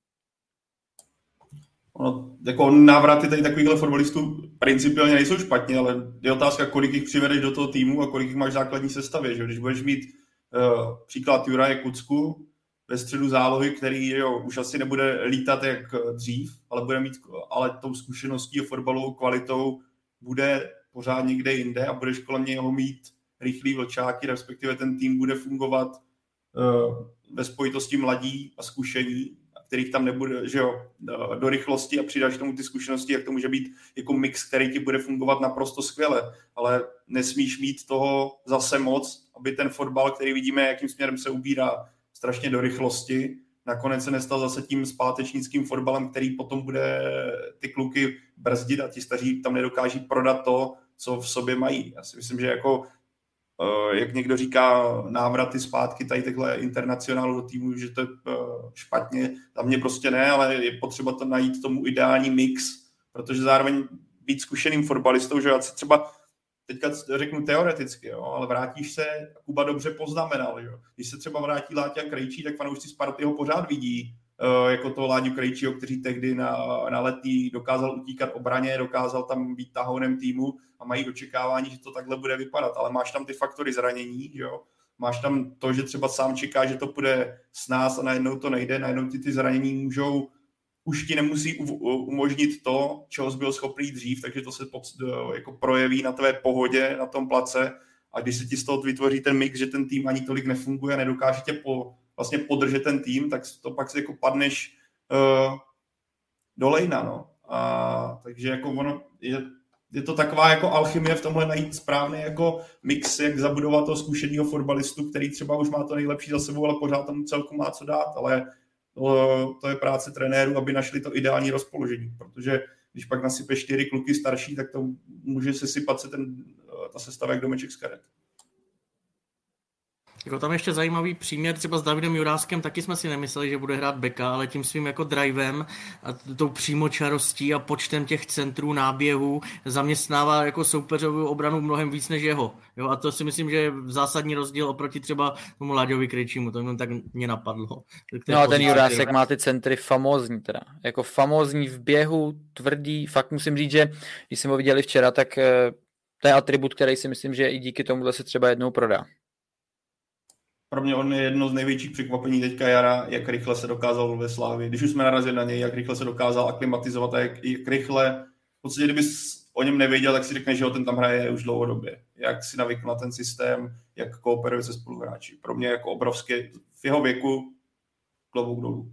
Ono, jako návraty tady takovýchhle fotbalistů principiálně nejsou špatně, ale je otázka, kolik jich přivedeš do toho týmu a kolik jich máš základní sestavě. Že? Když budeš mít uh, příklad Juraje Kucku ve středu zálohy, který jo, už asi nebude lítat jak dřív, ale bude mít, ale tou zkušeností a fotbalovou kvalitou bude pořád někde jinde a budeš kolem něho mít rychlý vlčáky, respektive ten tým bude fungovat uh, ve spojitosti mladí a zkušení, kterých tam nebude, že jo, do rychlosti a přidáš tomu ty zkušenosti, jak to může být jako mix, který ti bude fungovat naprosto skvěle, ale nesmíš mít toho zase moc, aby ten fotbal, který vidíme, jakým směrem se ubírá strašně do rychlosti, nakonec se nestal zase tím zpátečnickým fotbalem, který potom bude ty kluky brzdit a ti staří tam nedokáží prodat to, co v sobě mají. Já si myslím, že jako jak někdo říká, návraty zpátky tady takhle internacionálu do týmu, že to je špatně. Za mě prostě ne, ale je potřeba to najít tomu ideální mix, protože zároveň být zkušeným fotbalistou, že já si třeba teďka řeknu teoreticky, jo, ale vrátíš se, Kuba dobře poznamenal, jo. Když se třeba vrátí Láďa Krejčí, tak fanoušci Sparty ho pořád vidí, jako toho Láďu Krejčího, který tehdy na, na Letný dokázal utíkat obraně, dokázal tam být tahounem týmu a mají očekávání, že to takhle bude vypadat, ale máš tam ty faktory zranění, jo? Máš tam to, že třeba sám čeká, že to půjde s nás a najednou to nejde, najednou ty, ty zranění můžou, už ti nemusí umožnit to, čeho jsi byl schopný dřív, takže to se pod, jako projeví na tvé pohodě na tom place a když se ti z toho vytvoří ten mix, že ten tým ani tolik nefunguje a nedokáže tě po, vlastně podržet ten tým, tak to pak si jako padneš uh, do lejna, no. A, takže jako ono je, je to taková jako alchymie v tomhle najít správný jako mix, jak zabudovat toho zkušenýho fotbalistu, který třeba už má to nejlepší za sebou, ale pořád tomu celku má co dát, ale to, to je práce trenérů, aby našli to ideální rozpoložení, protože když pak nasype čtyři kluky starší, tak to může sesypat se ten, ta sestava jak domeček z karet. Jako tam ještě zajímavý příměr třeba s Davidem Juráskem, taky jsme si nemysleli, že bude hrát beka, ale tím svým jako drivem a tou přímočarostí a počtem těch centrů náběhů zaměstnává jako soupeřovou obranu mnohem víc než jeho. Jo, a to si myslím, že je zásadní rozdíl oproti třeba tomu Láďovi Krejčímu, to tak mě napadlo. No a ten Jurásek má ty centry famózní teda, jako famózní v běhu, tvrdý, fakt musím říct, že když jsme ho viděli včera, tak to je atribut, který si myslím, že i díky tomu se třeba jednou prodá. Pro mě on je jedno z největších překvapení teďka jara, jak rychle se dokázal ve Slávii. Když už jsme narazili na něj, jak rychle se dokázal aklimatizovat a jak, jak rychle, v podstatě kdybys o něm nevěděl, tak si řekneš, že ho ten tam hraje už dlouhodobě. Jak si navykl na ten systém, jak kooperuje se spoluhráči. Pro mě jako obrovské, v jeho věku klobouk dolů.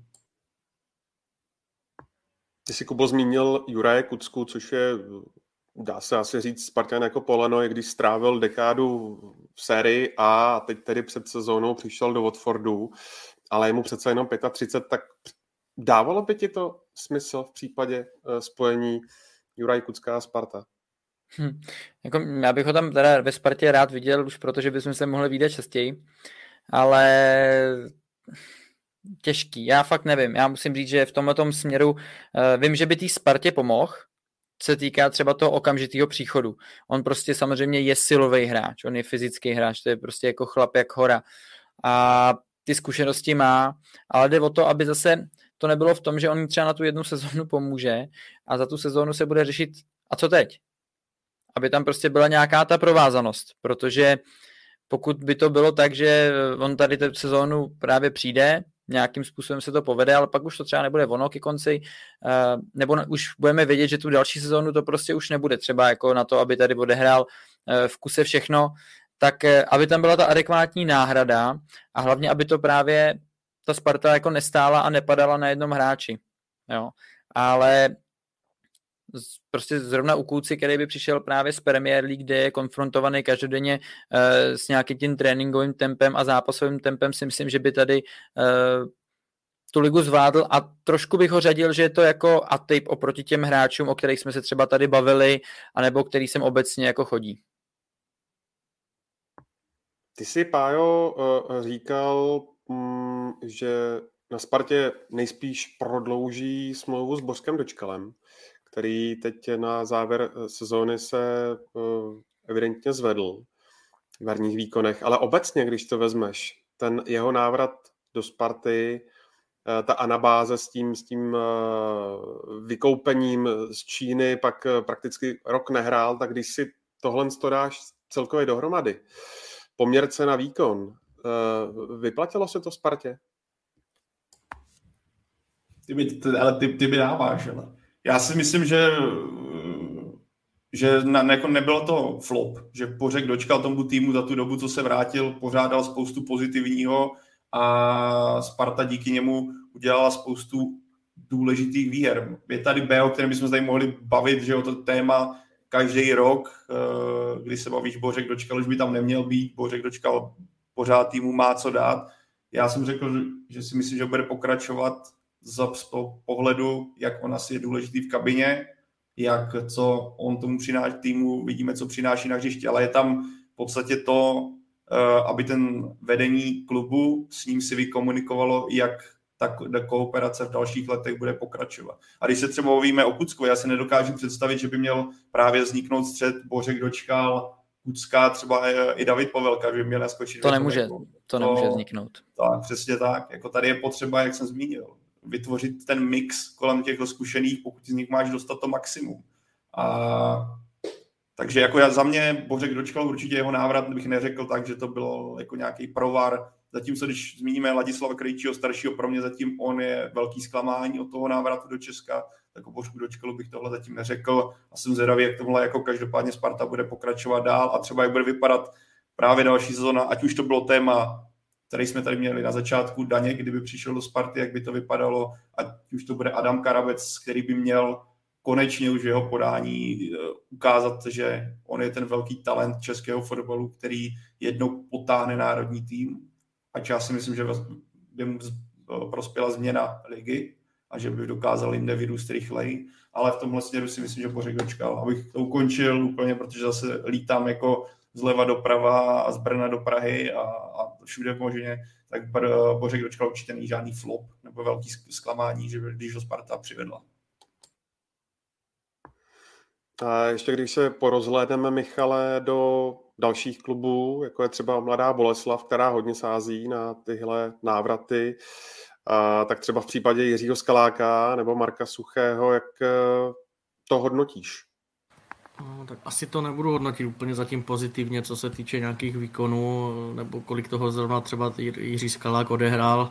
Ty jsi, Kubo, zmínil Juraje Kucku, což je, dá se asi říct, Spartan jako poleno, jak když strávil dekádu v sérii A a teď tedy před sezónou přišel do Watfordu, ale je mu přece jenom třicet pět, tak dávalo by ti to smysl v případě uh, spojení Juraj Kucka a Sparta? Hm. Jako, já bych ho tam teda ve Spartě rád viděl, už protože bychom se mohli vidět častěji, ale těžký, já fakt nevím. Já musím říct, že v tomhletom směru uh, vím, že by té Spartě pomohl, se týká třeba toho okamžitého příchodu. On prostě samozřejmě je silový hráč, on je fyzický hráč, to je prostě jako chlap jak hora. A ty zkušenosti má, ale jde o to, aby zase to nebylo v tom, že on třeba na tu jednu sezónu pomůže a za tu sezónu se bude řešit, a co teď? Aby tam prostě byla nějaká ta provázanost, protože pokud by to bylo tak, že on tady tu sezónu právě přijde, nějakým způsobem se to povede, ale pak už to třeba nebude ono ke konci, nebo už budeme vědět, že tu další sezónu to prostě už nebude třeba jako na to, aby tady odehrál v kuse všechno, tak aby tam byla ta adekvátní náhrada a hlavně, aby to právě ta Sparta jako nestála a nepadala na jednom hráči. Jo. Ale prostě zrovna u Kůci, který by přišel právě z Premier League, kde je konfrontovaný každodenně uh, s nějakým tím tréninkovým tempem a zápasovým tempem, si myslím, že by tady uh, tu ligu zvládl a trošku bych ho řadil, že je to jako atyp oproti těm hráčům, o kterých jsme se třeba tady bavili, anebo který sem obecně jako chodí. Ty jsi, Pájo, uh, říkal, um, že na Spartě nejspíš prodlouží smlouvu s Bořkem Dočkalem, který teď na závěr sezóny se evidentně zvedl v herních výkonech, ale obecně, když to vezmeš, ten jeho návrat do Sparty, ta anabáze s tím, s tím vykoupením z Číny, pak prakticky rok nehrál, tak když si tohle to dáš celkově dohromady, poměr cena výkon, vyplatilo se to Spartě? Ty by, ty, ale ty, ty by dáváš, ale já si myslím, že že na, jako nebylo to flop, že Bořek Dočkal tomu týmu za tu dobu, co se vrátil, pořádal spoustu pozitivního a Sparta díky němu udělala spoustu důležitých výher. Je tady B, o kterém bychom tady mohli bavit, že o to téma každý rok, kdy se bavíš Bořek Dočkal, už by tam neměl být, Bořek Dočkal pořád týmu má co dát. Já jsem řekl, že si myslím, že bude pokračovat z pohledu, jak on asi je důležitý v kabině, jak co on tomu přináší týmu, vidíme, co přináší na hřišti, ale je tam v podstatě to, aby ten vedení klubu s ním si vykomunikovalo, jak ta kooperace v dalších letech bude pokračovat. A když se třeba bavíme o Kuckovi, já si nedokážu představit, že by měl právě vzniknout střed Bořek Dočkal, Kucka, třeba i David Pavelka, že by měl naskočit. To nemůže, to nemůže vzniknout. Tak, přesně tak. Jako tady je potřeba, jak jsem zmínil, vytvořit ten mix kolem těch zkušených, pokud z nich máš dostat to maximum. A takže jako já za mě Bořek Dočkal určitě jeho návrat bych neřekl tak, že to bylo jako nějaký provar. Zatímco když zmíníme Ladislava Krejčího staršího, pro mě zatím on je velký zklamání od toho návratu do Česka, tak o Bořku Dočkalu bych tohle zatím neřekl a jsem zvědavý, jak tohle jako každopádně Sparta bude pokračovat dál a třeba jak bude vypadat právě další sezona, ať už to bylo téma, který jsme tady měli na začátku, Daněk, kdyby přišel do Sparty, jak by to vypadalo, ať už to bude Adam Karabec, který by měl konečně už v jeho podání ukázat, že on je ten velký talent českého fotbalu, který jednou potáhne národní tým. Ať já si myslím, že by mu prospěla změna ligy a že by dokázal jinde vyrůst rychleji, ale v tomhle směru si myslím, že Bořek Dočkal. Abych to ukončil úplně, protože zase lítám jako zleva doprava a z Brna do Prahy a, a všude možně, tak Bořek Dočkal určitě není žádný flop nebo velký zklamání, že když ho Sparta přivedla. A ještě když se porozhlédneme, Michale, do dalších klubů, jako je třeba Mladá Boleslav, která hodně sází na tyhle návraty, a tak třeba v případě Jiřího Skaláka nebo Marka Suchého, jak to hodnotíš? No, tak asi to nebudu hodnotit úplně zatím pozitivně, co se týče nějakých výkonů, nebo kolik toho zrovna třeba Jiří Skalák odehrál.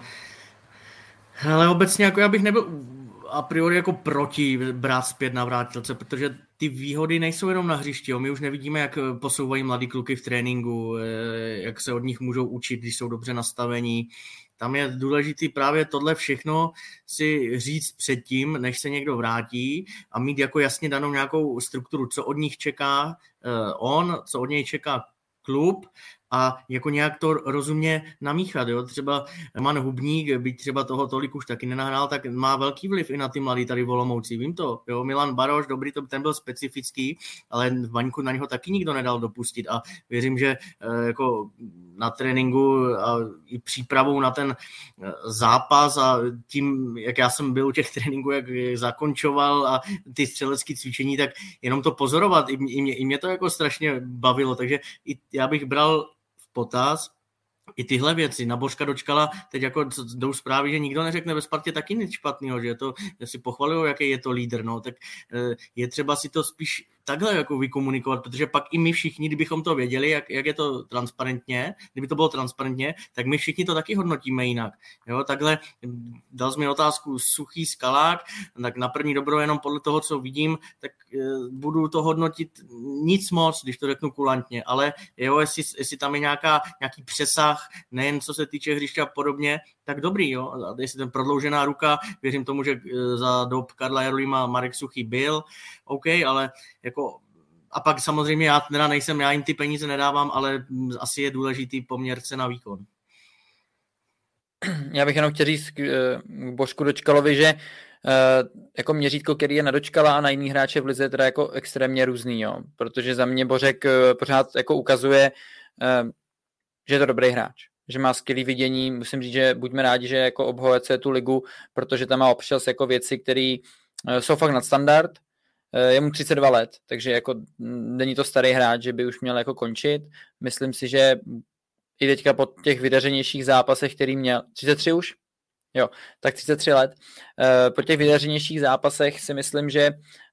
Ale obecně jako já bych nebyl a priori jako proti brát zpět navrátilce, protože ty výhody nejsou jenom na hřišti. Jo. My už nevidíme, jak posouvají mladí kluky v tréninku, jak se od nich můžou učit, když jsou dobře nastavení. Tam je důležitý právě tohle všechno si říct předtím, než se někdo vrátí a mít jako jasně danou nějakou strukturu, co od nich čeká on, co od něj čeká klub a jako nějak to rozumně namíchat. Jo? Třeba Man Hubník, byť třeba toho tolik už taky nenahrál, tak má velký vliv i na ty mladý tady v Olomouci. Vím to. Jo? Milan Baroš, dobrý, to, ten byl specifický, ale v Vaňku na něho taky nikdo nedal dopustit a věřím, že jako na tréninku a i přípravou na ten zápas a tím, jak já jsem byl u těch tréninků, jak zakončoval a ty střelecké cvičení, tak jenom to pozorovat, i mě, i mě to jako strašně bavilo, takže i já bych bral v potaz i tyhle věci. Na Bořka Dočkala teď jako jdou zprávy, že nikdo neřekne ve Spartě taky nic špatného, že to že si pochvalují, jaký je to lídr, no, tak je třeba si to spíš takhle jako vykomunikovat, protože pak i my všichni, kdybychom to věděli, jak, jak je to transparentně, kdyby to bylo transparentně, tak my všichni to taky hodnotíme jinak. Jo, takhle dal jsi mi otázku Suchý, Skalák, tak na první dobro jenom podle toho, co vidím, tak e, budu to hodnotit nic moc, když to řeknu kulantně, ale jo, jestli, jestli tam je nějaká, nějaký přesah, nejen co se týče hřiště a podobně, tak dobrý, jo, a jestli ten prodloužená ruka, věřím tomu, že za dob Karla Jarolíma Marek Suchý byl, OK, ale jako a pak samozřejmě já teda nejsem, já jim ty peníze nedávám, ale asi je důležitý poměr cena výkon. Já bych jenom chtěl říct k Bořku Dočkalovi, že jako měřítko, který je na Dočkala a na jiný hráče v lize je teda jako extrémně různý, jo, protože za mě Bořek pořád jako ukazuje, že je to dobrý hráč. že má skvělý vidění. Musím říct, že buďme rádi, že jako obhajuje tu ligu, protože tam má občas jako věci, které jsou fakt nadstandard. Je mu třicet dva let, takže jako není to starý hráč, že by už měl jako končit. Myslím si, že i teďka po těch vydařenějších zápasech, který měl, třicet tři už? Jo, tak třicet tři let. Po těch vydařenějších zápasech si myslím, že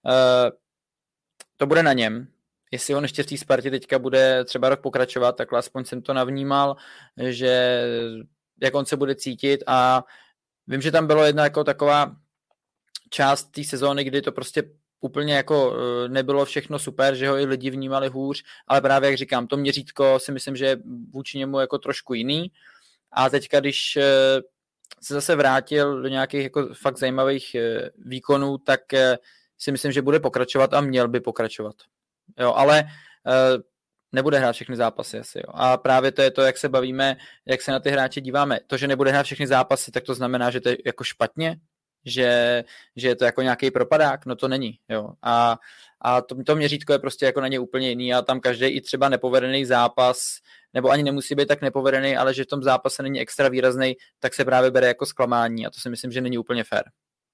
to bude na něm. Jestli ho ještě v té Spartě teďka bude třeba rok pokračovat, takhle aspoň jsem to navnímal, že jak on se bude cítit a vím, že tam bylo jedna jako taková část té sezóny, kdy to prostě úplně jako nebylo všechno super, že ho i lidi vnímali hůř, ale právě jak říkám, to měřítko si myslím, že je vůči němu jako trošku jiný a teďka, když se zase vrátil do nějakých jako fakt zajímavých výkonů, tak si myslím, že bude pokračovat a měl by pokračovat. Jo, ale nebude hrát všechny zápasy asi. Jo. A právě to je to, jak se bavíme, jak se na ty hráče díváme. To, že nebude hrát všechny zápasy, tak to znamená, že to je jako špatně, že, že je to jako nějaký propadák, no to není. Jo. A, a to, to měřítko je prostě jako na ně úplně jiný a tam každý i třeba nepovedený zápas, nebo ani nemusí být tak nepovedený, ale že v tom zápase není extra výrazný, tak se právě bere jako zklamání a to si myslím, že není úplně fér.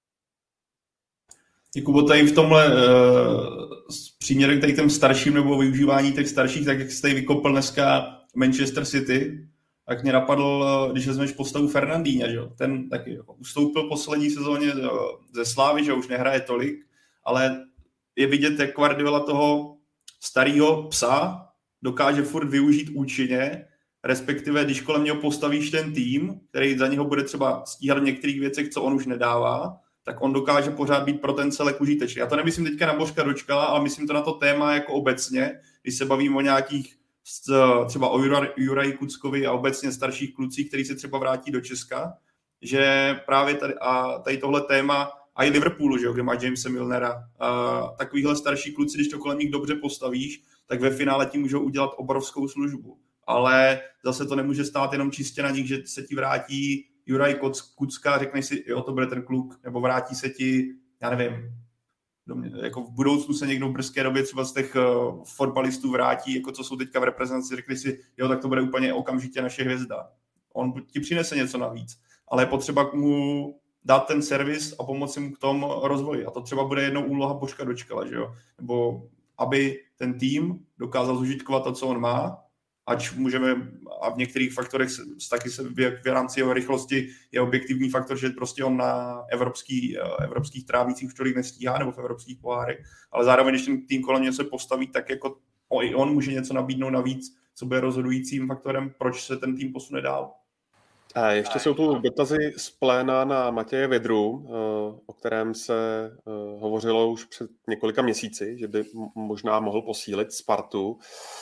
Kubo, tady v tomhle uh, s příměrem tady těm starším nebo využívání těch starších, tak jak jste tady vykopl dneska Manchester City, tak mě napadl, když vezmeš postavu Fernandíňa, že jo, ten taky jo, ustoupil poslední sezóně ze Slávy, že už nehraje tolik, ale je vidět, jak Guardiola toho starého psa dokáže furt využít účinně, respektive když kolem něho postavíš ten tým, který za něho bude třeba stíhat v některých věcech, co on už nedává, tak on dokáže pořád být pro ten celek užitečný. Já to nemyslím teďka na Božka Dočkala, ale myslím to na to téma jako obecně, když se bavím o nějakých třeba o Juraji Kuckovi a obecně starších klucích, který se třeba vrátí do Česka, že právě tady, a tady tohle téma a i Liverpoolu, že jo, kde má Jamesa Milnera, a takovýhle starší kluci, když to kolem nich dobře postavíš, tak ve finále ti můžou udělat obrovskou službu. Ale zase to nemůže stát jenom čistě na nich, že se ti vrátí Juraj Kucka, řekneš si, jo, to bude ten kluk, nebo vrátí se ti, já nevím, jako v budoucnu se někdo v brzké době třeba z těch uh, fotbalistů vrátí, jako co jsou teďka v reprezentaci, řekli si, jo, tak to bude úplně okamžitě naše hvězda. On ti přinese něco navíc, ale je potřeba mu dát ten servis a pomoci mu k tomu rozvoji. A to třeba bude jednou úloha Božka Dočkala, že jo? Nebo aby ten tým dokázal zužitkovat to, co on má, ať můžeme, a v některých faktorech taky se v rámci jeho rychlosti je objektivní faktor, že prostě on na evropský, evropských trávnicích už tolik nestíhá, nebo v evropských pohárech, ale zároveň, když ten tým kolem něj se postaví, tak jako o, i on může něco nabídnout navíc, co bude rozhodujícím faktorem, proč se ten tým posune dál. A ještě jsou tu dotazy z pléna na Matěje Vydru, o kterém se hovořilo už před několika měsíci, že by možná mohl posílit Spartu.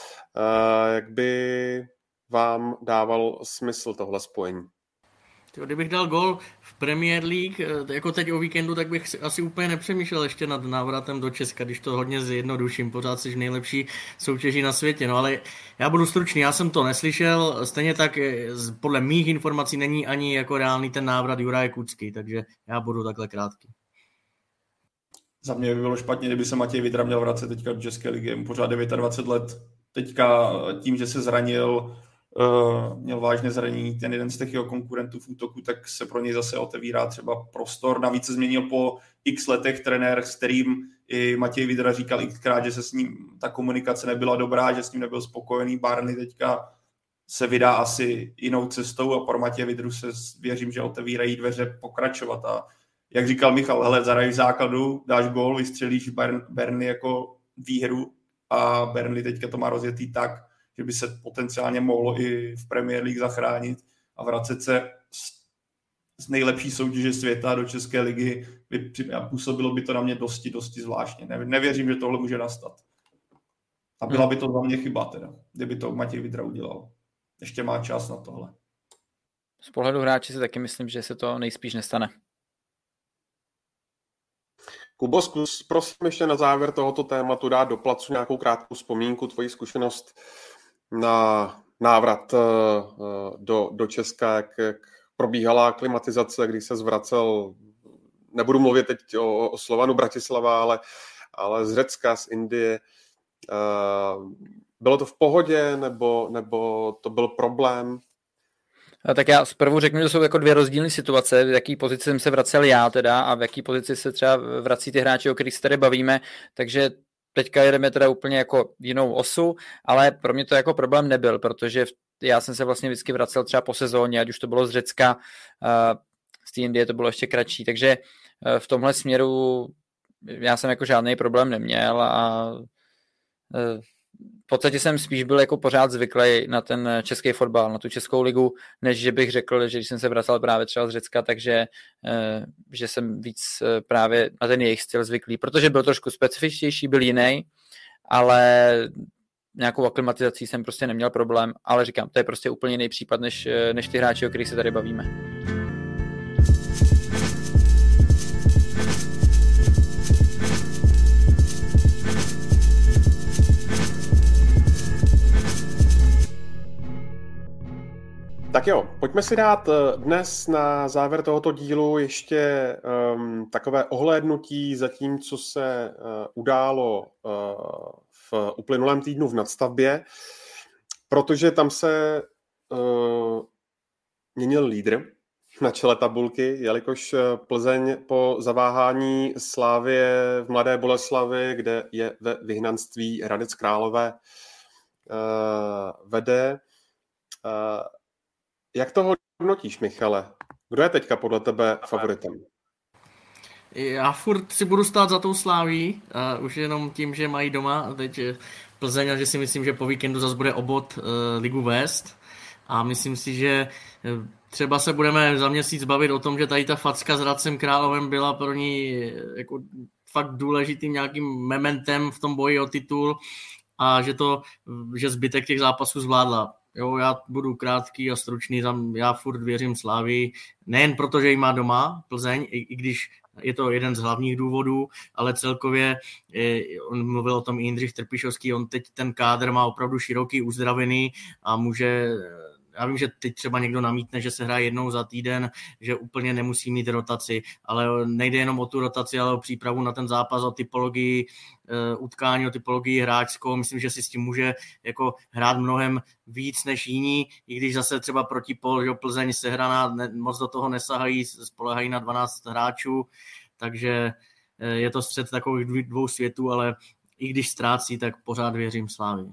Jak by vám dával smysl tohle spojení? Kdybych dal gol v Premier League, jako teď o víkendu, tak bych asi úplně nepřemýšlel ještě nad návratem do Česka, když to hodně zjednoduším. Pořád jsi v nejlepší soutěži na světě. No ale já budu stručný, já jsem to neslyšel. Stejně tak podle mých informací není ani jako reálný ten návrat Juraje Kucky, takže já budu takhle krátký. Za mě by bylo špatně, kdyby se Matěj Vydra měl vracet teďka do České ligy. Mu pořád dvacet devět let. Teďka tím, že se zranil, Uh, měl vážné zranění ten jeden z těch jeho konkurentů v útoku, tak se pro něj zase otevírá třeba prostor. Navíc se změnil po x letech trenér, s kterým i Matěj Vydra říkal xkrát, že se s ním ta komunikace nebyla dobrá, že s ním nebyl spokojený. Burnley teďka se vydá asi jinou cestou a pro Matěje Vydru se věřím, že otevírají dveře pokračovat. A jak říkal Michal, hele, zahraješ základu, dáš gól, vystřelíš Burnley jako výhru a Burnley teďka to má rozjetý tak, že by se potenciálně mohlo i v Premier League zachránit a vracet se z, z nejlepší soutěže světa do České ligy. By, působilo by to na mě dosti, dosti zvláštně. Ne, nevěřím, že tohle může nastat. A byla by to za mě chyba teda, kdyby to Matěj Vydra udělal. Ještě má čas na tohle. Z pohledu hráče si taky myslím, že se to nejspíš nestane. Kubo, zkus prosím ještě na závěr tohoto tématu dát do placu nějakou krátkou vzpomínku, tvoji zkušenost na návrat do, do Česka, jak, jak probíhala klimatizace, když se zvracel, nebudu mluvit teď o, o Slovanu Bratislava, ale, ale z Řecka, z Indie. Bylo to v pohodě, nebo, nebo to byl problém? Tak já zprvu řeknu, že jsou jako dvě rozdílné situace, v jaký pozici jsem se vracel já teda a v jaký pozici se třeba vrací ty hráči, o kterých se tady bavíme, takže teďka jedeme teda úplně jako jinou osu, ale pro mě to jako problém nebyl, protože já jsem se vlastně vždycky vracel třeba po sezóně, ať už to bylo z Řecka, z té Indie to bylo ještě kratší, takže v tomhle směru já jsem jako žádný problém neměl a v podstatě jsem spíš byl jako pořád zvyklý na ten český fotbal, na tu českou ligu, než že bych řekl, že když jsem se vracel právě třeba z Řecka, takže že jsem víc právě na ten jejich styl zvyklý, protože byl trošku specifičtější, byl jiný, ale nějakou aklimatizací jsem prostě neměl problém, ale říkám, to je prostě úplně jiný případ, než, než ty hráči, o kterých se tady bavíme. Tak jo, pojďme si dát dnes na závěr tohoto dílu ještě um, takové ohlédnutí za tím, co se uh, událo uh, v uplynulém týdnu v Nadstavbě, protože tam se uh, měnil lídr na čele tabulky, jelikož Plzeň po zaváhání Slávie v Mladé Boleslavi, kde je ve vyhnanství Hradec Králové, uh, vede. Uh, Jak to hodnotíš, Michale? Kdo je teďka podle tebe favoritem? Já furt si budu stát za tou Sláví, uh, už jenom tím, že mají doma teď Plzeň a že si myslím, že po víkendu zase bude obod uh, Ligu West a myslím si, že uh, třeba se budeme za měsíc bavit o tom, že tady ta facka s Hradcem Královem byla pro ní jako fakt důležitým nějakým mementem v tom boji o titul a že to, že zbytek těch zápasů zvládla. Jo, já budu krátký a stručný, já furt věřím Slávii, nejen proto, že jí má doma Plzeň, i, i když je to jeden z hlavních důvodů, ale celkově, je, on mluvil o tom i Jindřich Trpišovský, on teď ten kádr má opravdu široký, uzdravený a může, já vím, že teď třeba někdo namítne, že se hraje jednou za týden, že úplně nemusí mít rotaci, ale nejde jenom o tu rotaci, ale o přípravu na ten zápas, o typologii uh, utkání, o typologii hráčskou. Myslím, že si s tím může jako hrát mnohem víc než jiní, i když zase třeba proti Pol, že Plzeň sehraná, ne, moc do toho nesahají, spolehají na dvanáct hráčů, takže uh, je to střed takových dvou světů, ale i když ztrácí, tak pořád věřím Slávii.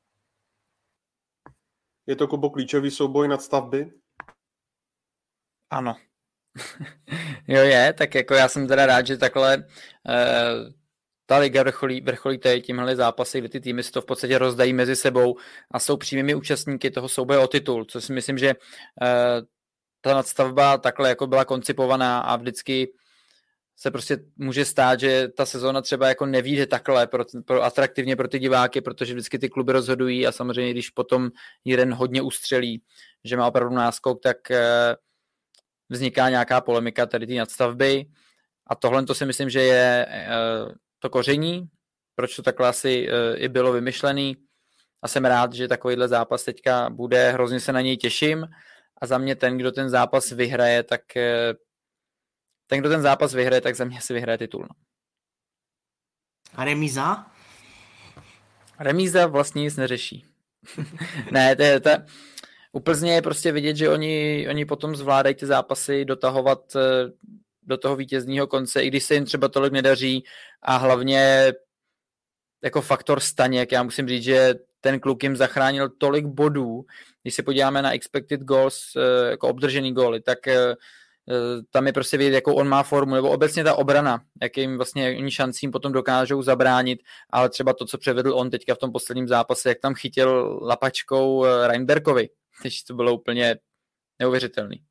Je to, Kubo, klíčový souboj Nadstavby? Ano. Jo je, tak jako já jsem teda rád, že takhle eh, ta liga vrcholí, vrcholí tady tímhle zápasy, kde ty týmy si to v podstatě rozdají mezi sebou a jsou přímými účastníky toho souboje o titul, co si myslím, že eh, ta Nadstavba takhle jako byla koncipovaná a vždycky se prostě může stát, že ta sezóna třeba jako nevyjde takhle pro, pro atraktivně pro ty diváky, protože vždycky ty kluby rozhodují a samozřejmě, když potom jeden hodně ustřelí, že má opravdu náskok, tak eh, vzniká nějaká polemika tady ty nadstavby a tohle to si myslím, že je eh, to koření, proč to takhle asi eh, i bylo vymyšlený a jsem rád, že takovýhle zápas teďka bude, hrozně se na něj těším a za mě ten, kdo ten zápas vyhraje, tak eh, ten, kdo ten zápas vyhraje, tak za mě si vyhraje titul. No. A remíza? Remíza vlastně nic neřeší. Ne, to je, to, u Plzně je prostě vidět, že oni, oni potom zvládají ty zápasy dotahovat do toho vítězního konce, i když se jim třeba tolik nedaří a hlavně jako faktor Staněk, já musím říct, že ten kluk jim zachránil tolik bodů, když se podíváme na expected goals, jako obdržený góly, tak tam je prostě vidět, jakou on má formu, nebo obecně ta obrana, jakým vlastně oni šancím potom dokážou zabránit, ale třeba to, co převedl on teďka v tom posledním zápase, jak tam chytil lapačkou Reinberkovi, teď to bylo úplně neuvěřitelný.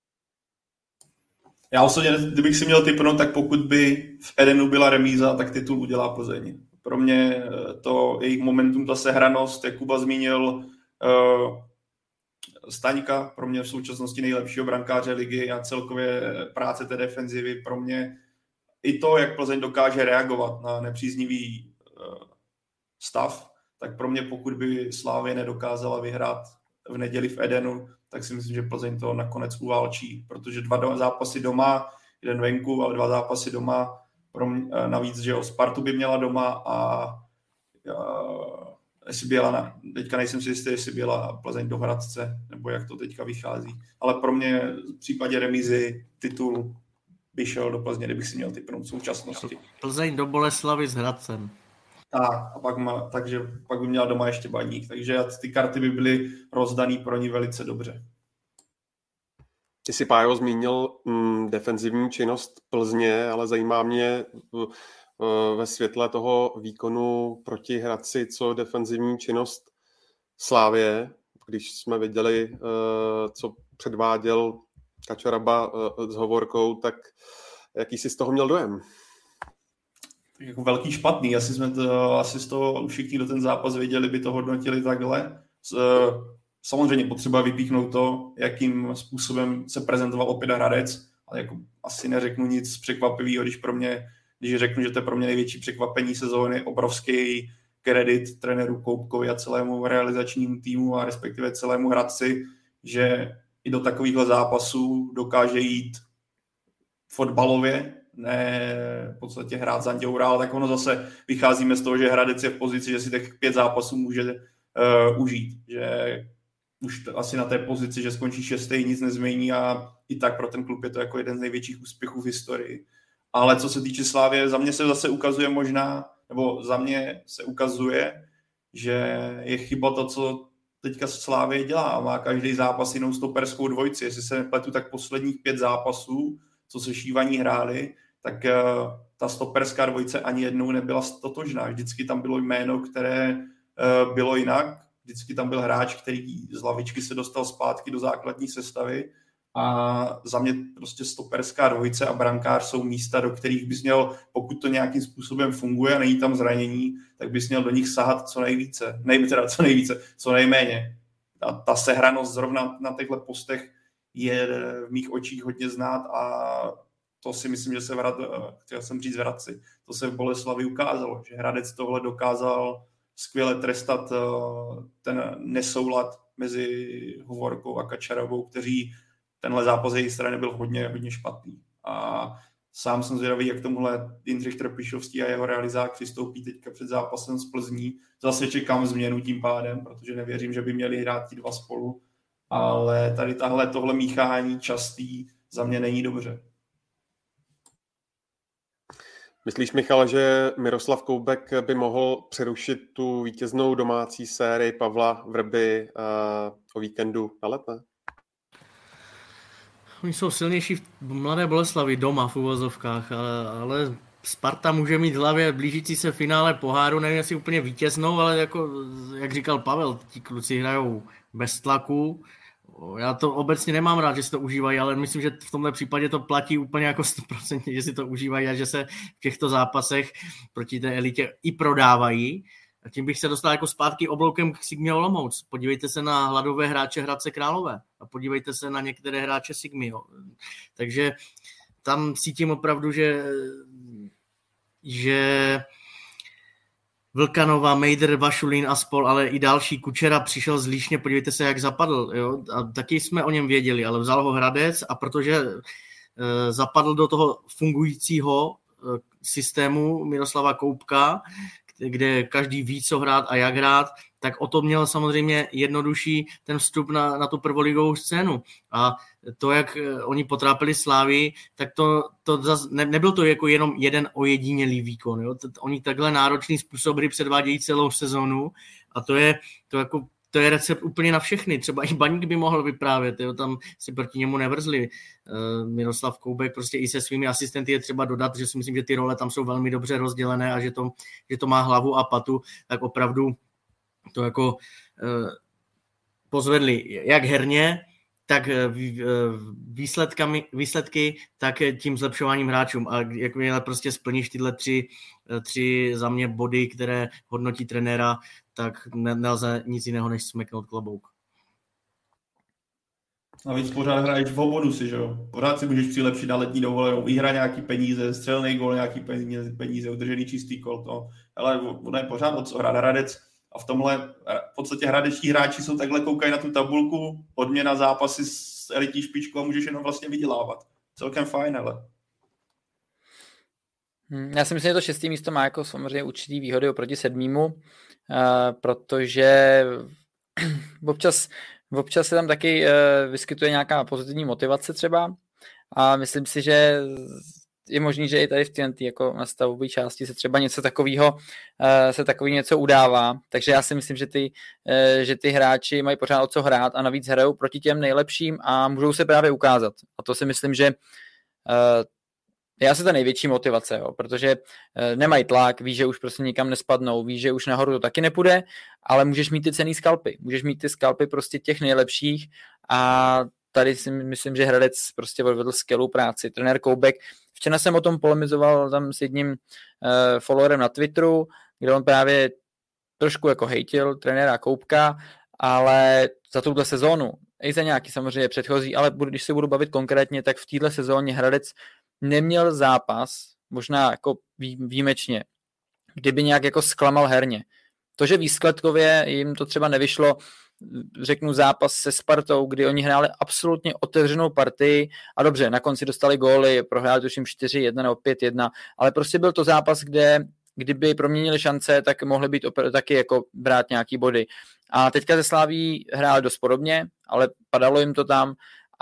Já osobně, kdybych si měl tipnout, tak pokud by v Edenu byla remíza, tak titul udělá Plzeň. Pro mě to jejich momentum, ta sehranost, jak Kuba zmínil, uh, Staňka, pro mě v současnosti nejlepšího brankáře ligy a celkově práce té defenzivy, pro mě i to, jak Plzeň dokáže reagovat na nepříznivý stav, tak pro mě, pokud by Slavie nedokázala vyhrát v neděli v Edenu, tak si myslím, že Plzeň to nakonec uválčí, protože dva zápasy doma, jeden venku, ale dva zápasy doma, pro mě, navíc, že o Spartu by měla doma a jestli byla na, teďka nejsem si jistý, jestli byla Plzeň do Hradce, nebo jak to teďka vychází. Ale pro mě v případě remízy titul by šel do Plzně, kdybych si měl typnout v současnosti. Plzeň do Boleslavy s Hradcem. Tak, a pak, má, takže pak by měla doma ještě Baník, takže ty karty by byly rozdaný pro ní velice dobře. Ty jsi, Pájo, zmínil mm, defenzivní činnost Plzně, ale zajímá mě uh, ve světle toho výkonu proti Hradci, co defenzivní činnost Slávie, když jsme viděli, uh, co předváděl Kačaraba uh, s Hovorkou, tak jaký jsi z toho měl dojem? Jako velký špatný, asi jsme to, asi z toho všichni, kdo ten zápas viděli, by to hodnotili takhle. Samozřejmě potřeba vypíchnout to, jakým způsobem se prezentoval opět Hradec, ale jako asi neřeknu nic překvapivého, když pro mě, když řeknu, že to je pro mě největší překvapení sezóny, obrovský kredit trenéru Koubkovi a celému realizačnímu týmu a respektive celému Hradci, že i do takovýchhle zápasů dokáže jít fotbalově, ne v podstatě hrát Zanděura, ale tak ono zase vycházíme z toho, že Hradec je v pozici, že si těch pět zápasů může uh, užít, že už to, asi na té pozici, že skončí šestý, nic nezmění a i tak pro ten klub je to jako jeden z největších úspěchů v historii. Ale co se týče Slávie, za mě se zase ukazuje možná, nebo za mě se ukazuje, že je chyba to, co teďka Slávie dělá a má každý zápas jinou stoperskou dvojici. Jestli se nepletu, tak posledních pět zápasů, co se Šívaní hráli, tak uh, ta stoperská dvojice ani jednou nebyla totožná. Vždycky tam bylo jméno, které uh, bylo jinak. Vždycky tam byl hráč, který z lavičky se dostal zpátky do základní sestavy a za mě prostě stoperská dvojice a brankář jsou místa, do kterých bys měl, pokud to nějakým způsobem funguje a není tam zranění, tak bys měl do nich sahat co nejvíce. Nej, teda co nejvíce, co nejméně. A ta sehranost zrovna na těchto postech je v mých očích hodně znát a to si myslím, že se vrat, chtěl jsem říct v Hradci, to se v Boleslavi ukázalo, že Hradec tohle dokázal skvěle trestat ten nesoulad mezi Hovorkou a Kačarovou, kteří tenhle zápas z její strany byl hodně, hodně špatný. A sám jsem zvědavý, jak tomuhle Jindřich Trpišovský a jeho realizák přistoupí teďka před zápasem s Plzní. Zase čekám změnu tím pádem, protože nevěřím, že by měli hrát ti dva spolu, ale tady tahle, tohle míchání častý za mě není dobře. Myslíš, Michal, že Miroslav Koubek by mohl přerušit tu vítěznou domácí sérii Pavla Vrby uh, o víkendu na Letné? Oni jsou silnější v Mladé Boleslavi doma v uvozovkách, ale, ale Sparta může mít v hlavě blížící se finále poháru, nevím jestli úplně vítěznou, ale jako, jak říkal Pavel, ti kluci hrajou bez tlaku. Já to obecně nemám rád, že si to užívají, ale myslím, že v tomhle případě to platí úplně jako sto procent, že si to užívají a že se v těchto zápasech proti té elitě i prodávají. A tím bych se dostal jako zpátky obloukem k Sigmě Olomouc. Podívejte se na hladové hráče Hradce Králové a podívejte se na některé hráče Sigmy. Jo. Takže tam cítím opravdu, že, že Vlkanova, Mejdr, Vašulín a spol, ale i další. Kučera přišel z Líšně, podívejte se, jak zapadl. Jo? A taky jsme o něm věděli, ale vzal ho Hradec a protože e, zapadl do toho fungujícího e, systému Miroslava Koubka, kde každý ví, co hrát a jak hrát, tak o to měl samozřejmě jednodušší ten vstup na, na tu prvoligovou scénu. A to, jak oni potrápili Slávii, tak to, to zas, ne, nebyl to jako jenom jeden ojedinělý výkon. Jo? Oni takhle náročný způsob hry předvádějí celou sezonu a to je, to jako, to je recept úplně na všechny. Třeba i Baník by mohl vyprávět, jo? Tam si proti němu nevrzli. Uh, Miroslav Koubek prostě i se svými asistenty je třeba dodat, že si myslím, že ty role tam jsou velmi dobře rozdělené a že to, že to má hlavu a patu, tak opravdu to jako uh, pozvedli jak herně, tak výsledkami, výsledky, tak tím zlepšováním hráčům. A jakmile prostě splníš tyhle tři, tři za mě body, které hodnotí trenéra, tak nelze nic jiného, než smeknout klobouk. A víc pořád hraješ v obodu si, že jo? Pořád si můžeš přilepšit na letní dovolenou, vyhrát nějaký peníze, střelný gól, nějaký peníze, peníze udržený čistý kol, to. Ale ono je pořád o co hrát Hradec. A v tomhle v podstatě hradečtí hráči jsou takhle, koukají na tu tabulku, odměna zápasy s elitní špičkou a můžeš jenom vlastně vydělávat. Celkem fajn, ale. Já si myslím, že to šestý místo má jako samozřejmě určitý výhody oproti sedmýmu, uh, protože občas, občas se tam taky uh, vyskytuje nějaká pozitivní motivace třeba a myslím si, že je možný, že i tady v té jako nastavové části se třeba něco takového uh, se takový něco udává, takže já si myslím, že ty, uh, že ty hráči mají pořád o co hrát a navíc hrajou proti těm nejlepším a můžou se právě ukázat. A to si myslím, že uh, je asi ta největší motivace, jo, protože uh, nemají tlak, víš, že už prostě nikam nespadnou, víš, že už nahoru to taky nepůjde, ale můžeš mít ty cenný skalpy. Můžeš mít ty skalpy prostě těch nejlepších a tady si myslím, že Hradec prostě odvedl skvělou práci. Trenér Koubek, včera jsem o tom polemizoval tam s jedním uh, followerem na Twitteru, kde on právě trošku jako hejtil trenéra Koubka, ale za tuhle sezónu, i za nějaký samozřejmě předchozí, ale když se budu bavit konkrétně, tak v téhle sezóně Hradec neměl zápas, možná jako výjimečně, kdyby nějak jako zklamal herně. To, že výsledkově jim to třeba nevyšlo, řeknu zápas se Spartou, kdy oni hráli absolutně otevřenou partii a dobře, na konci dostali góly, prohráli tuším čtyři jedna nebo pět jedna, ale prostě byl to zápas, kde kdyby proměnili šance, tak mohly být opět taky jako brát nějaký body. A teďka ze Slaví hráli dost podobně, ale padalo jim to tam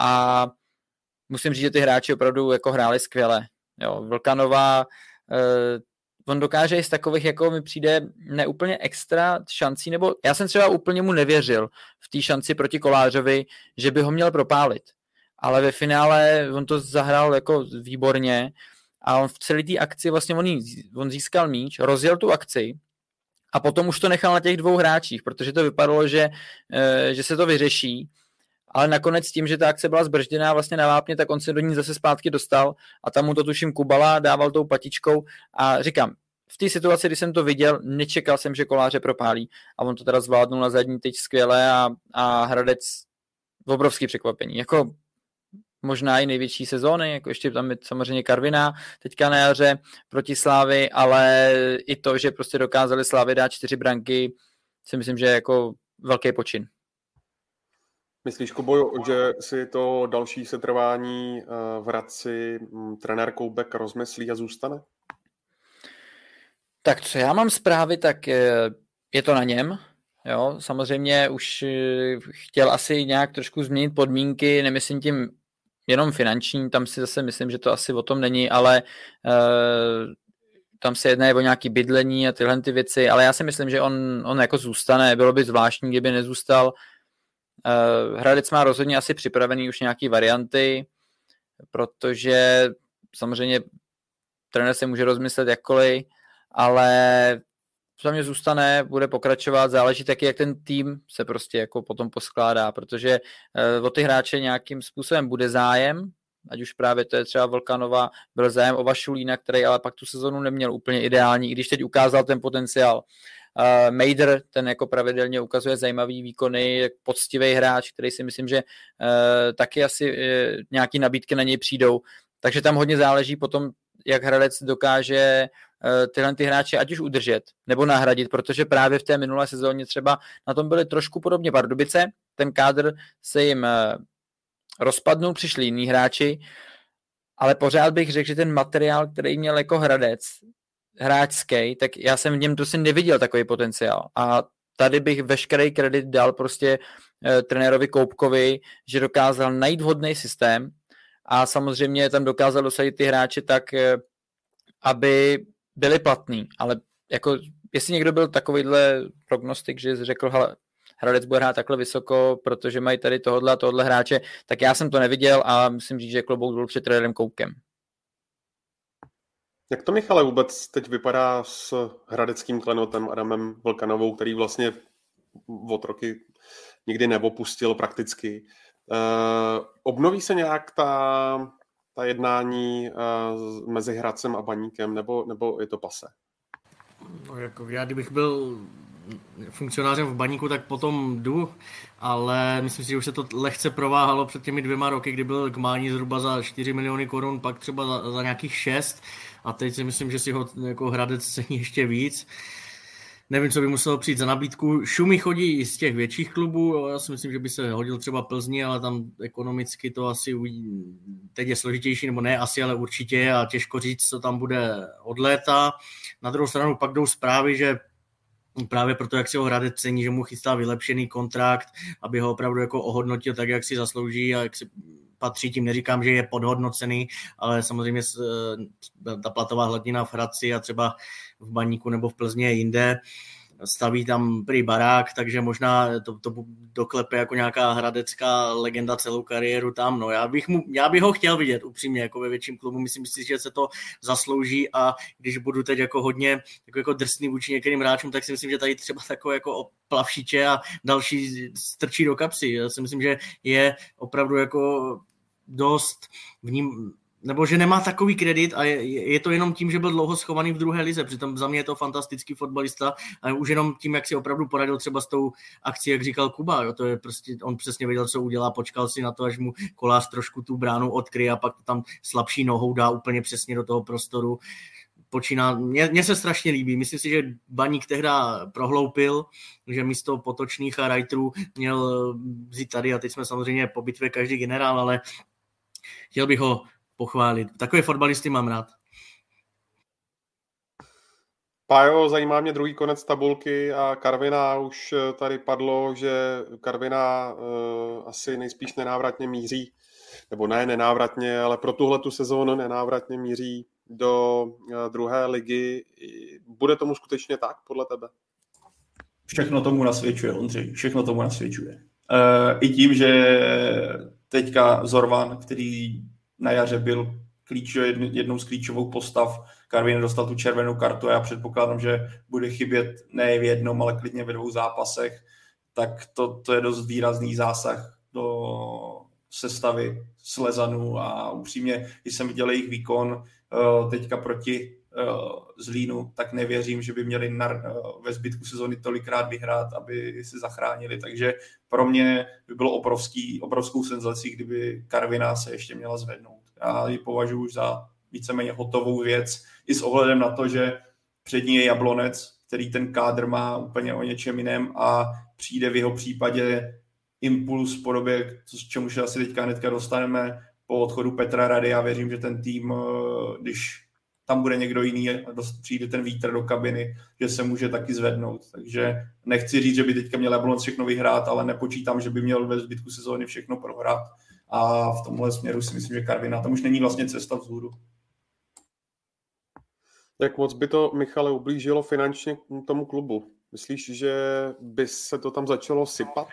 a musím říct, že ty hráči opravdu jako hráli skvěle. Jo, Vlkanová, eh, on dokáže i z takových, jako mi přijde, neúplně extra šancí, nebo já jsem třeba úplně mu nevěřil v té šanci proti Kolářovi, že by ho měl propálit. Ale ve finále on to zahrál jako výborně a on v celé té akci vlastně on, jí, on získal míč, rozjel tu akci a potom už to nechal na těch dvou hráčích, protože to vypadalo, že, že se to vyřeší, ale nakonec tím, že ta akce byla zbržděná vlastně na vápně, tak on se do ní zase zpátky dostal a tam mu to tuším Kubala dával tou patičkou a říkám, v té situaci, kdy jsem to viděl, nečekal jsem, že Koláře propálí a on to teda zvládnul na zadní teď skvěle a, a Hradec obrovský překvapení. Jako možná i největší sezóny, jako ještě tam je samozřejmě Karviná teďka na jaře proti Slávy, ale i to, že prostě dokázali Slávy dát čtyři branky, si myslím, že je jako velký počin. Myslíš, Kubo, že si to další setrvání v Hradci trenér Koubek rozmyslí a zůstane? Tak co já mám zprávy, tak je to na něm. Jo, samozřejmě už chtěl asi nějak trošku změnit podmínky, nemyslím tím jenom finanční, tam si zase myslím, že to asi o tom není, ale uh, tam se jedná o nějaké bydlení a tyhle ty věci, ale já si myslím, že on, on jako zůstane, bylo by zvláštní, kdyby nezůstal. Uh, Hradec má rozhodně asi připravený už nějaké varianty, protože samozřejmě trenér se může rozmyslet jakkoliv, ale za mě zůstane, bude pokračovat, záleží taky, jak ten tým se prostě jako potom poskládá, protože uh, o ty hráče nějakým způsobem bude zájem, ať už právě to je třeba Vlkanova, byl zájem o Vašulína, který ale pak tu sezonu neměl úplně ideální, i když teď ukázal ten potenciál. Uh, Mejder, ten jako pravidelně ukazuje zajímavý výkony, poctivý hráč, který si myslím, že uh, taky asi uh, nějaký nabídky na něj přijdou, takže tam hodně záleží potom, jak Hradec dokáže uh, tyhle ty hráče ať už udržet nebo nahradit, protože právě v té minulé sezóně třeba na tom byly trošku podobně Pardubice, ten kádr se jim uh, rozpadnul, přišli jiní hráči, ale pořád bych řekl, že ten materiál, který měl jako Hradec, hráčský, tak já jsem v něm prostě neviděl takový potenciál. A tady bych veškerý kredit dal prostě e, trenérovi Koubkovi, že dokázal najít vhodný systém a samozřejmě tam dokázal dosadit ty hráče tak, e, aby byli platní. Ale jako, jestli někdo byl takovýhle prognostik, že řekl, hele, Hradec bude hrát takhle vysoko, protože mají tady tohodle a tohodle hráče, tak já jsem to neviděl a musím říct, že klobouk dolů před trenérem Koubkem. Jak to, Michale, vůbec teď vypadá s hradeckým klenotem Adamem Vlkanovou, který vlastně od roky nikdy neopustil prakticky. Uh, obnoví se nějak ta, ta jednání uh, mezi Hradcem a Baníkem, nebo, nebo je to pase? No, jako já kdybych byl funkcionářem v Baníku, tak potom jdu, ale myslím si, že už se to lehce prováhalo před těmi dvěma roky, kdy byl k mání zhruba za čtyři miliony korun, pak třeba za, za nějakých šest a teď si myslím, že si ho jako Hradec cení ještě víc. nevím, co by muselo přijít za nabídku. Šumy chodí i z těch větších klubů, já si myslím, že by se hodil třeba Plzni, ale tam ekonomicky to asi teď je složitější, nebo ne asi, ale určitě a těžko říct, co tam bude od léta. Na druhou stranu pak jdou zprávy, že právě proto, jak si ho Hradec cení, že mu chystá vylepšený kontrakt, aby ho opravdu jako ohodnotil tak, jak si zaslouží a jak si patří, tím neříkám, že je podhodnocený, ale samozřejmě ta platová hladina v Hradci a třeba v Baníku nebo v Plzni je jinde. Staví tam prý barák, takže možná to, to doklepe jako nějaká hradecká legenda celou kariéru tam. No, já bych, mu, já bych ho chtěl vidět upřímně jako ve větším klubu. Myslím si, že se to zaslouží a když budu teď jako hodně jako, jako drsný vůči některým hráčům, tak si myslím, že tady třeba takové jako plavšiče a další strčí do kapsy. Já si myslím, že je opravdu jako dost v ním, nebo že nemá takový kredit a je, je to jenom tím, že byl dlouho schovaný v druhé lize. Přitom za mě je to fantastický fotbalista a už jenom tím, jak si opravdu poradil třeba s tou akcí, jak říkal Kuba. Jo, to je prostě, on přesně věděl, co udělá, počkal si na to, až mu Kolář trošku tu bránu odkryje a pak to tam slabší nohou dá úplně přesně do toho prostoru. Počíná, mně, mně se strašně líbí. Myslím si, že Baník tehda prohloupil, že místo Potočných a Reiterů měl vzít tady a teď jsme samozřejmě po bitvě každý generál, ale chtěl bych ho pochválit. Takové fotbalisty mám rád. Pájo, zajímá mě druhý konec tabulky a Karviná už tady padlo, že Karviná uh, asi nejspíš nenávratně míří, nebo ne nenávratně, ale pro tuhletu sezónu nenávratně míří do uh, druhé ligy. Bude tomu skutečně tak, podle tebe? Všechno tomu nasvědčuje, Ondřej. Všechno tomu nasvědčuje. Uh, I tím, že teďka Zorvan, který na jaře byl klíč, jednou z klíčovou postav, Karviné dostal tu červenou kartu a já předpokládám, že bude chybět ne v jednom, ale klidně ve dvou zápasech, tak to, to je dost výrazný zásah do sestavy Slezanů a upřímně, když jsem viděl jejich výkon teďka proti Zlínu, tak nevěřím, že by měli na, ve zbytku sezóny tolikrát vyhrát, aby si zachránili, takže pro mě by bylo obrovský, obrovskou senzací, kdyby Karviná se ještě měla zvednout. Já ji považuji za víceméně hotovou věc, i s ohledem na to, že před ní je Jablonec, který ten kádr má úplně o něčem jiném a přijde v jeho případě impuls v podobě, s čemuž asi teďka hnedka dostaneme po odchodu Petra Rady. Já věřím, že ten tým, když tam bude někdo jiný a přijde ten vítr do kabiny, že se může taky zvednout. Takže nechci říct, že by teďka měl Jablonec všechno vyhrát, ale nepočítám, že by měl ve zbytku sezóny všechno prohrát. A v tomhle směru si myslím, že Karviná, tam už není vlastně cesta vzhůru. Jak moc by to, Michale, ublížilo finančně tomu klubu? Myslíš, že by se to tam začalo sypat?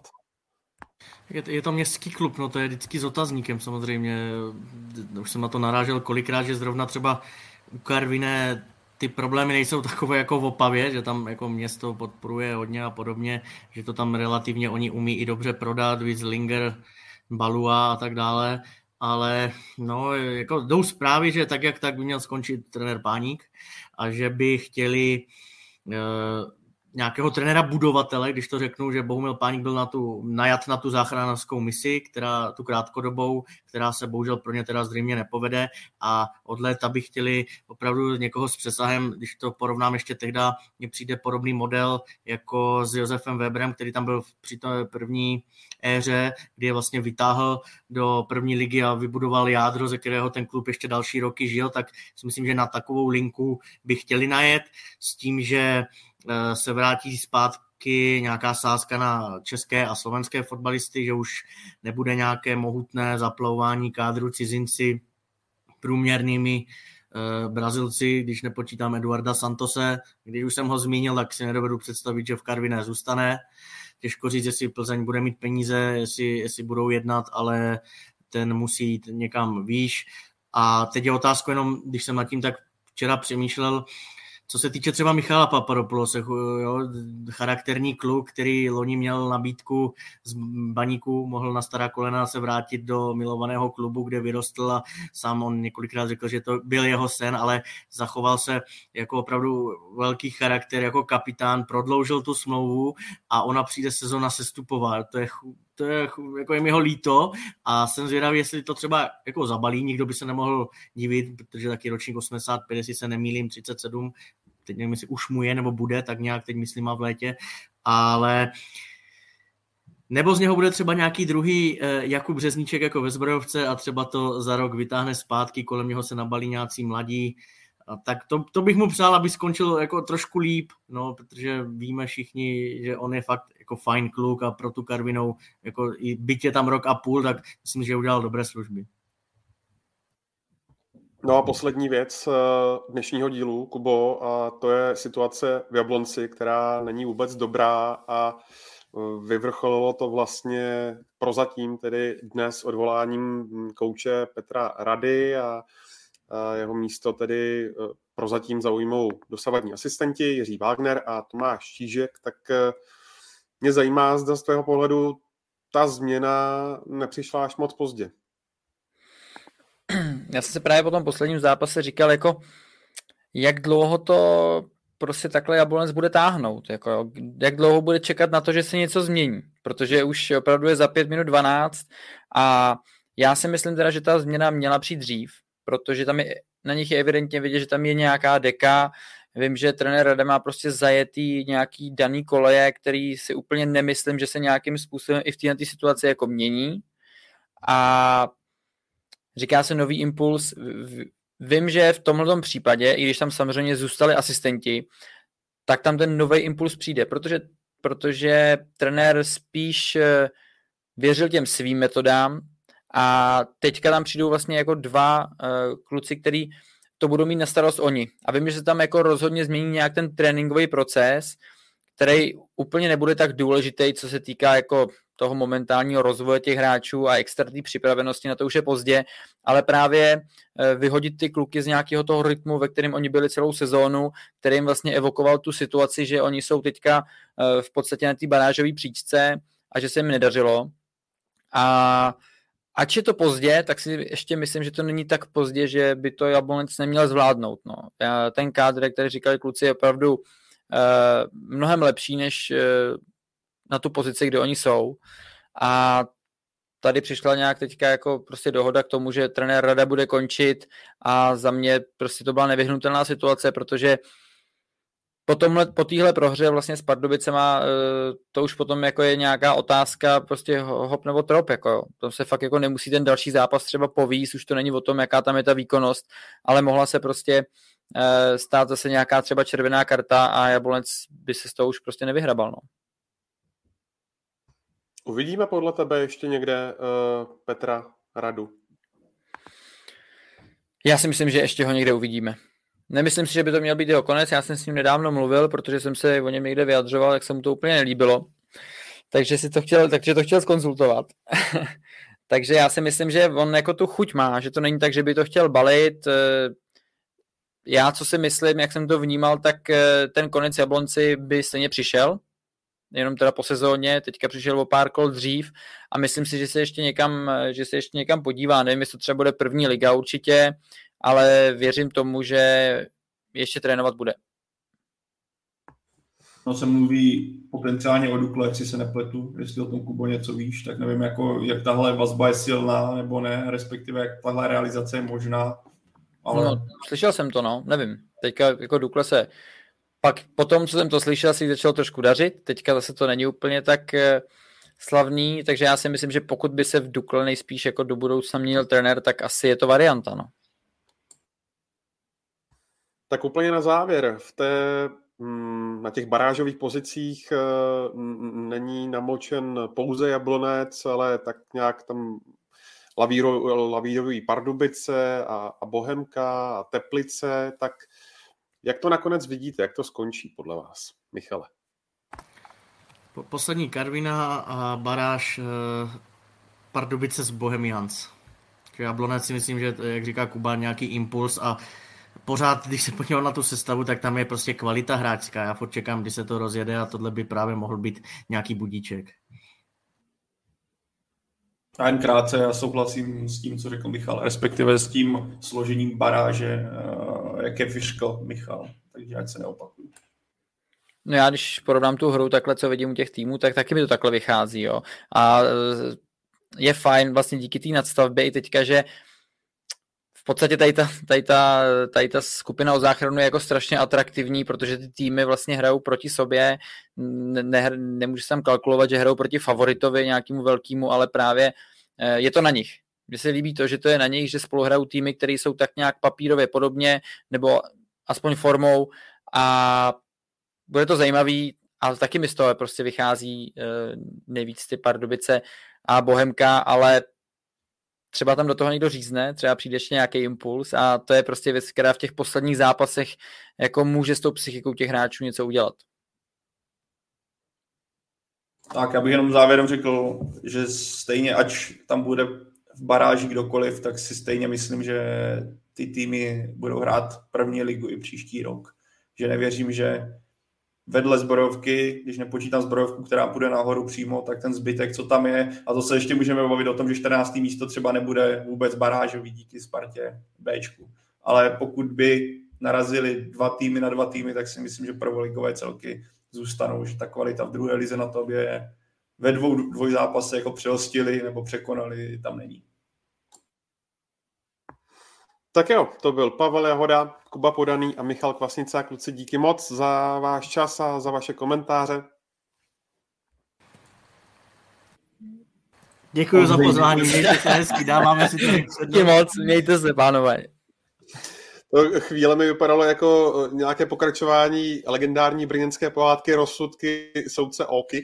Je, je to městský klub, no to je vždycky s otazníkem samozřejmě. Už jsem na to narážel kolikrát, že zrovna třeba u Karviné ty problémy nejsou takové jako v Opavě, že tam jako město podporuje hodně a podobně, že to tam relativně oni umí i dobře prodat, víc Linger, Balua a tak dále, ale no, jako jdou zprávy, že tak jak tak by měl skončit trenér Páník a že by chtěli e, nějakého trenéra budovatele, když to řeknu, že Bohumil Páník byl na tu, najat na tu záchranářskou misi, která tu krátkodobou, která se bohužel pro ně teda zřejmě nepovede a od léta by chtěli opravdu někoho s přesahem, když to porovnám ještě tehda, mně přijde podobný model jako s Josefem Weberem, který tam byl při té první éře, kdy je vlastně vytáhl do první ligy a vybudoval jádro, ze kterého ten klub ještě další roky žil, tak si myslím, že na takovou linku by chtěli najet s tím, že se vrátí zpátky nějaká sázka na české a slovenské fotbalisty, že už nebude nějaké mohutné zaplouvání kádru cizinci průměrnými eh, Brazilci, když nepočítám Eduarda Santose. Když už jsem ho zmínil, tak si nedovedu představit, že v Karviné zůstane. Těžko říct, jestli Plzeň bude mít peníze, jestli, jestli budou jednat, ale ten musí jít někam výš. A teď je otázka jenom, když jsem nad tím tak včera přemýšlel, co se týče třeba Michala Papadopoulose, jo, charakterní kluk, který loni měl nabídku z Baníku, mohl na stará kolena se vrátit do milovaného klubu, kde vyrostl a sám on několikrát řekl, že to byl jeho sen, ale zachoval se jako opravdu velký charakter, jako kapitán, prodloužil tu smlouvu a ona přijde sezona sestupová. To je To je, jako je mi ho líto a jsem zvědavý, jestli to třeba jako zabalí, nikdo by se nemohl divit, protože taky ročník osmdesát pět, jestli se nemýlím, třicet sedm, teď nevím, jestli už mu je nebo bude, tak nějak teď myslím a v létě, ale nebo z něho bude třeba nějaký druhý Jakub Řezníček jako ve Zbrojovce a třeba to za rok vytáhne zpátky, kolem něho se nabalí nějací mladí. A tak to, to bych mu přál, aby skončil jako trošku líp, no, protože víme všichni, že on je fakt jako fajn kluk a pro tu Karvinou, jako i byť je tam rok a půl, tak myslím, že udělal dobré služby. No a poslední věc dnešního dílu, Kubo, a to je situace v Jablonci, která není vůbec dobrá a vyvrcholilo to vlastně prozatím tedy dnes odvoláním kouče Petra Rady a jeho místo tedy prozatím zaujmou dosavadní asistenti Jiří Wagner a Tomáš Čížek, tak mě zajímá, zda z tvého pohledu ta změna nepřišla až moc pozdě. Já jsem se právě po tom posledním zápase říkal, jako jak dlouho to prostě takhle Jablonec bude táhnout, jako jak dlouho bude čekat na to, že se něco změní, protože už opravdu je za pět minut dvanáct a já si myslím teda, že ta změna měla přijít dřív, protože tam je, na nich je evidentně vidět, že tam je nějaká deka. Vím, že trenér Rada má prostě zajetý nějaký daný koleje, který si úplně nemyslím, že se nějakým způsobem i v této situaci jako mění. A říká se nový impuls. Vím, že v tomhle případě, i když tam samozřejmě zůstali asistenti, tak tam ten nový impuls přijde, protože, protože trenér spíš věřil těm svým metodám, a teďka tam přijdou vlastně jako dva uh, kluci, který to budou mít na starost oni. A vím, že se tam jako rozhodně změní nějak ten tréninkový proces, který úplně nebude tak důležitý, co se týká jako toho momentálního rozvoje těch hráčů a extra připravenosti, na to už je pozdě, ale právě uh, vyhodit ty kluky z nějakého toho rytmu, ve kterém oni byli celou sezónu, který jim vlastně evokoval tu situaci, že oni jsou teďka uh, v podstatě na té barážové příčce a že se jim nedařilo. A ač je to pozdě, tak si ještě myslím, že to není tak pozdě, že by to Jablonec neměl zvládnout. No. Ten kádr, který říkali kluci, je opravdu uh, mnohem lepší, než uh, na tu pozici, kde oni jsou. A tady přišla nějak teďka jako prostě dohoda k tomu, že trenér Rada bude končit a za mě prostě to byla nevyhnutelná situace, protože Po, tomhle, po téhle prohře vlastně s Pardubicema to už potom jako je nějaká otázka prostě hop nebo trop, jako jo. To se fakt jako nemusí ten další zápas třeba povíst, už to není o tom, jaká tam je ta výkonnost, ale mohla se prostě stát zase nějaká třeba červená karta a Jablonec by se z toho už prostě nevyhrabal, no. Uvidíme podle tebe ještě někde uh, Petra Radu? Já si myslím, že ještě ho někde uvidíme. Nemyslím si, že by to měl být jeho konec, já jsem s ním nedávno mluvil, protože jsem se o něm někde vyjadřoval, jak se mu to úplně nelíbilo, takže si to chtěl, takže to chtěl zkonzultovat. Takže já si myslím, že on jako tu chuť má, že to není tak, že by to chtěl balit. Já, co si myslím, jak jsem to vnímal, tak ten konec Jablonci by stejně přišel, jenom teda po sezóně, teďka přišel o pár kol dřív a myslím si, že se ještě někam, že se ještě někam podívá, nevím, jestli to třeba bude první liga určitě, ale věřím tomu, že ještě trénovat bude. No se mluví potenciálně o Dukle, jestli se nepletu, jestli o tom, Kubo, něco víš, tak nevím, jako, jak tahle vazba je silná nebo ne, respektive jak tahle realizace je možná. Ale... No, slyšel jsem to, no, nevím. Teďka jako Dukle se, pak po tom, co jsem to slyšel, si začalo trošku dařit, teďka zase to není úplně tak slavný, takže já si myslím, že pokud by se v Dukle nejspíš jako do budoucna měnil trenér, tak asi je to varianta, no. Tak úplně na závěr, v té, na těch barážových pozicích není namočen pouze Jablonec, ale tak nějak tam lavírují Pardubice a, a Bohemka a Teplice, tak jak to nakonec vidíte, jak to skončí podle vás, Michale? Poslední Karviná a baráž Pardubice z Bohemians. Jablonec si myslím, že jak říká Kuba, nějaký impuls a pořád, když se podíval na tu sestavu, tak tam je prostě kvalita hráčská. Já furt čekám, kdy se to rozjede a tohle by právě mohl být nějaký budíček. A jen krátce, já souhlasím s tím, co řekl Michal, respektive s tím složením baráže, jak je vyškl Michal, takže ať se neopakuju. No já když porovnám tu hru takhle, co vidím u těch týmů, tak taky mi to takhle vychází, jo. A je fajn vlastně díky té nadstavbě i teďka, že v podstatě tady ta, tady, ta, tady ta skupina o záchranu je jako strašně atraktivní, protože ty týmy vlastně hrajou proti sobě, ne, nemůžeš tam kalkulovat, že hrajou proti favoritovi nějakému velkému, ale právě je to na nich. Mně se líbí to, že to je na nich, že spolu hrajou týmy, které jsou tak nějak papírově podobně, nebo aspoň formou a bude to zajímavý, ale taky mi z toho prostě vychází nejvíc ty Pardubice a Bohemka, ale třeba tam do toho někdo řízne, třeba přijde ještě nějaký impuls a to je prostě věc, která v těch posledních zápasech jako může s tou psychikou těch hráčů něco udělat. Tak, já bych jenom závěrem řekl, že stejně, ať tam bude v baráži kdokoliv, tak si stejně myslím, že ty týmy budou hrát první ligu i příští rok. Že nevěřím, že vedle zbrojovky, když nepočítám zbrojovku, která půjde nahoru přímo, tak ten zbytek, co tam je, a to se ještě můžeme bavit o tom, že čtrnácté místo třeba nebude vůbec barážový díky Spartě Bčku. Ale pokud by narazili dva týmy na dva týmy, tak si myslím, že prvoligové celky zůstanou, že ta kvalita v druhé lize na to, aby je ve dvou dvoj zápasech jako přehostili nebo překonali, tam není. Tak jo, to byl Pavel Jahoda, Kuba Podaný a Michal Kvasnica. Kluci, díky moc za váš čas a za vaše komentáře. Děkuji za pozvání, mějte se hezky, dáváme si to. Díky moc, mějte se, pánové. To chvíle mi vypadalo jako nějaké pokračování legendární brněnské pohádky Rozsudky soudce Oky.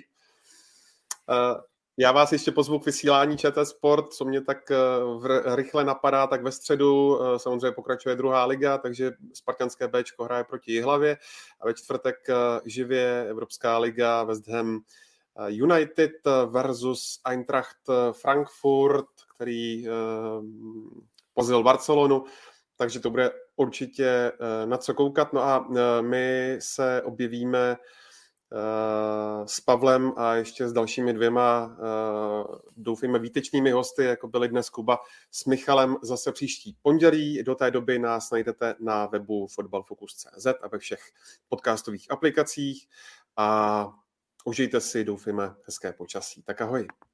Já vás ještě pozvu k vysílání ČT Sport, co mě tak v rychle napadá, tak ve středu samozřejmě pokračuje druhá liga, takže spartanské Bčko hraje proti Jihlavě a ve čtvrtek živě Evropská liga West Ham United versus Eintracht Frankfurt, který pozil Barcelonu, takže to bude určitě na co koukat. No a my se objevíme s Pavlem a ještě s dalšími dvěma, doufejme, výtečnými hosty, jako byli dnes Kuba s Michalem, zase příští pondělí. Do té doby nás najdete na webu fotbalfocus tečka cé zet a ve všech podcastových aplikacích a užijte si, doufejme, hezké počasí. Tak ahoj.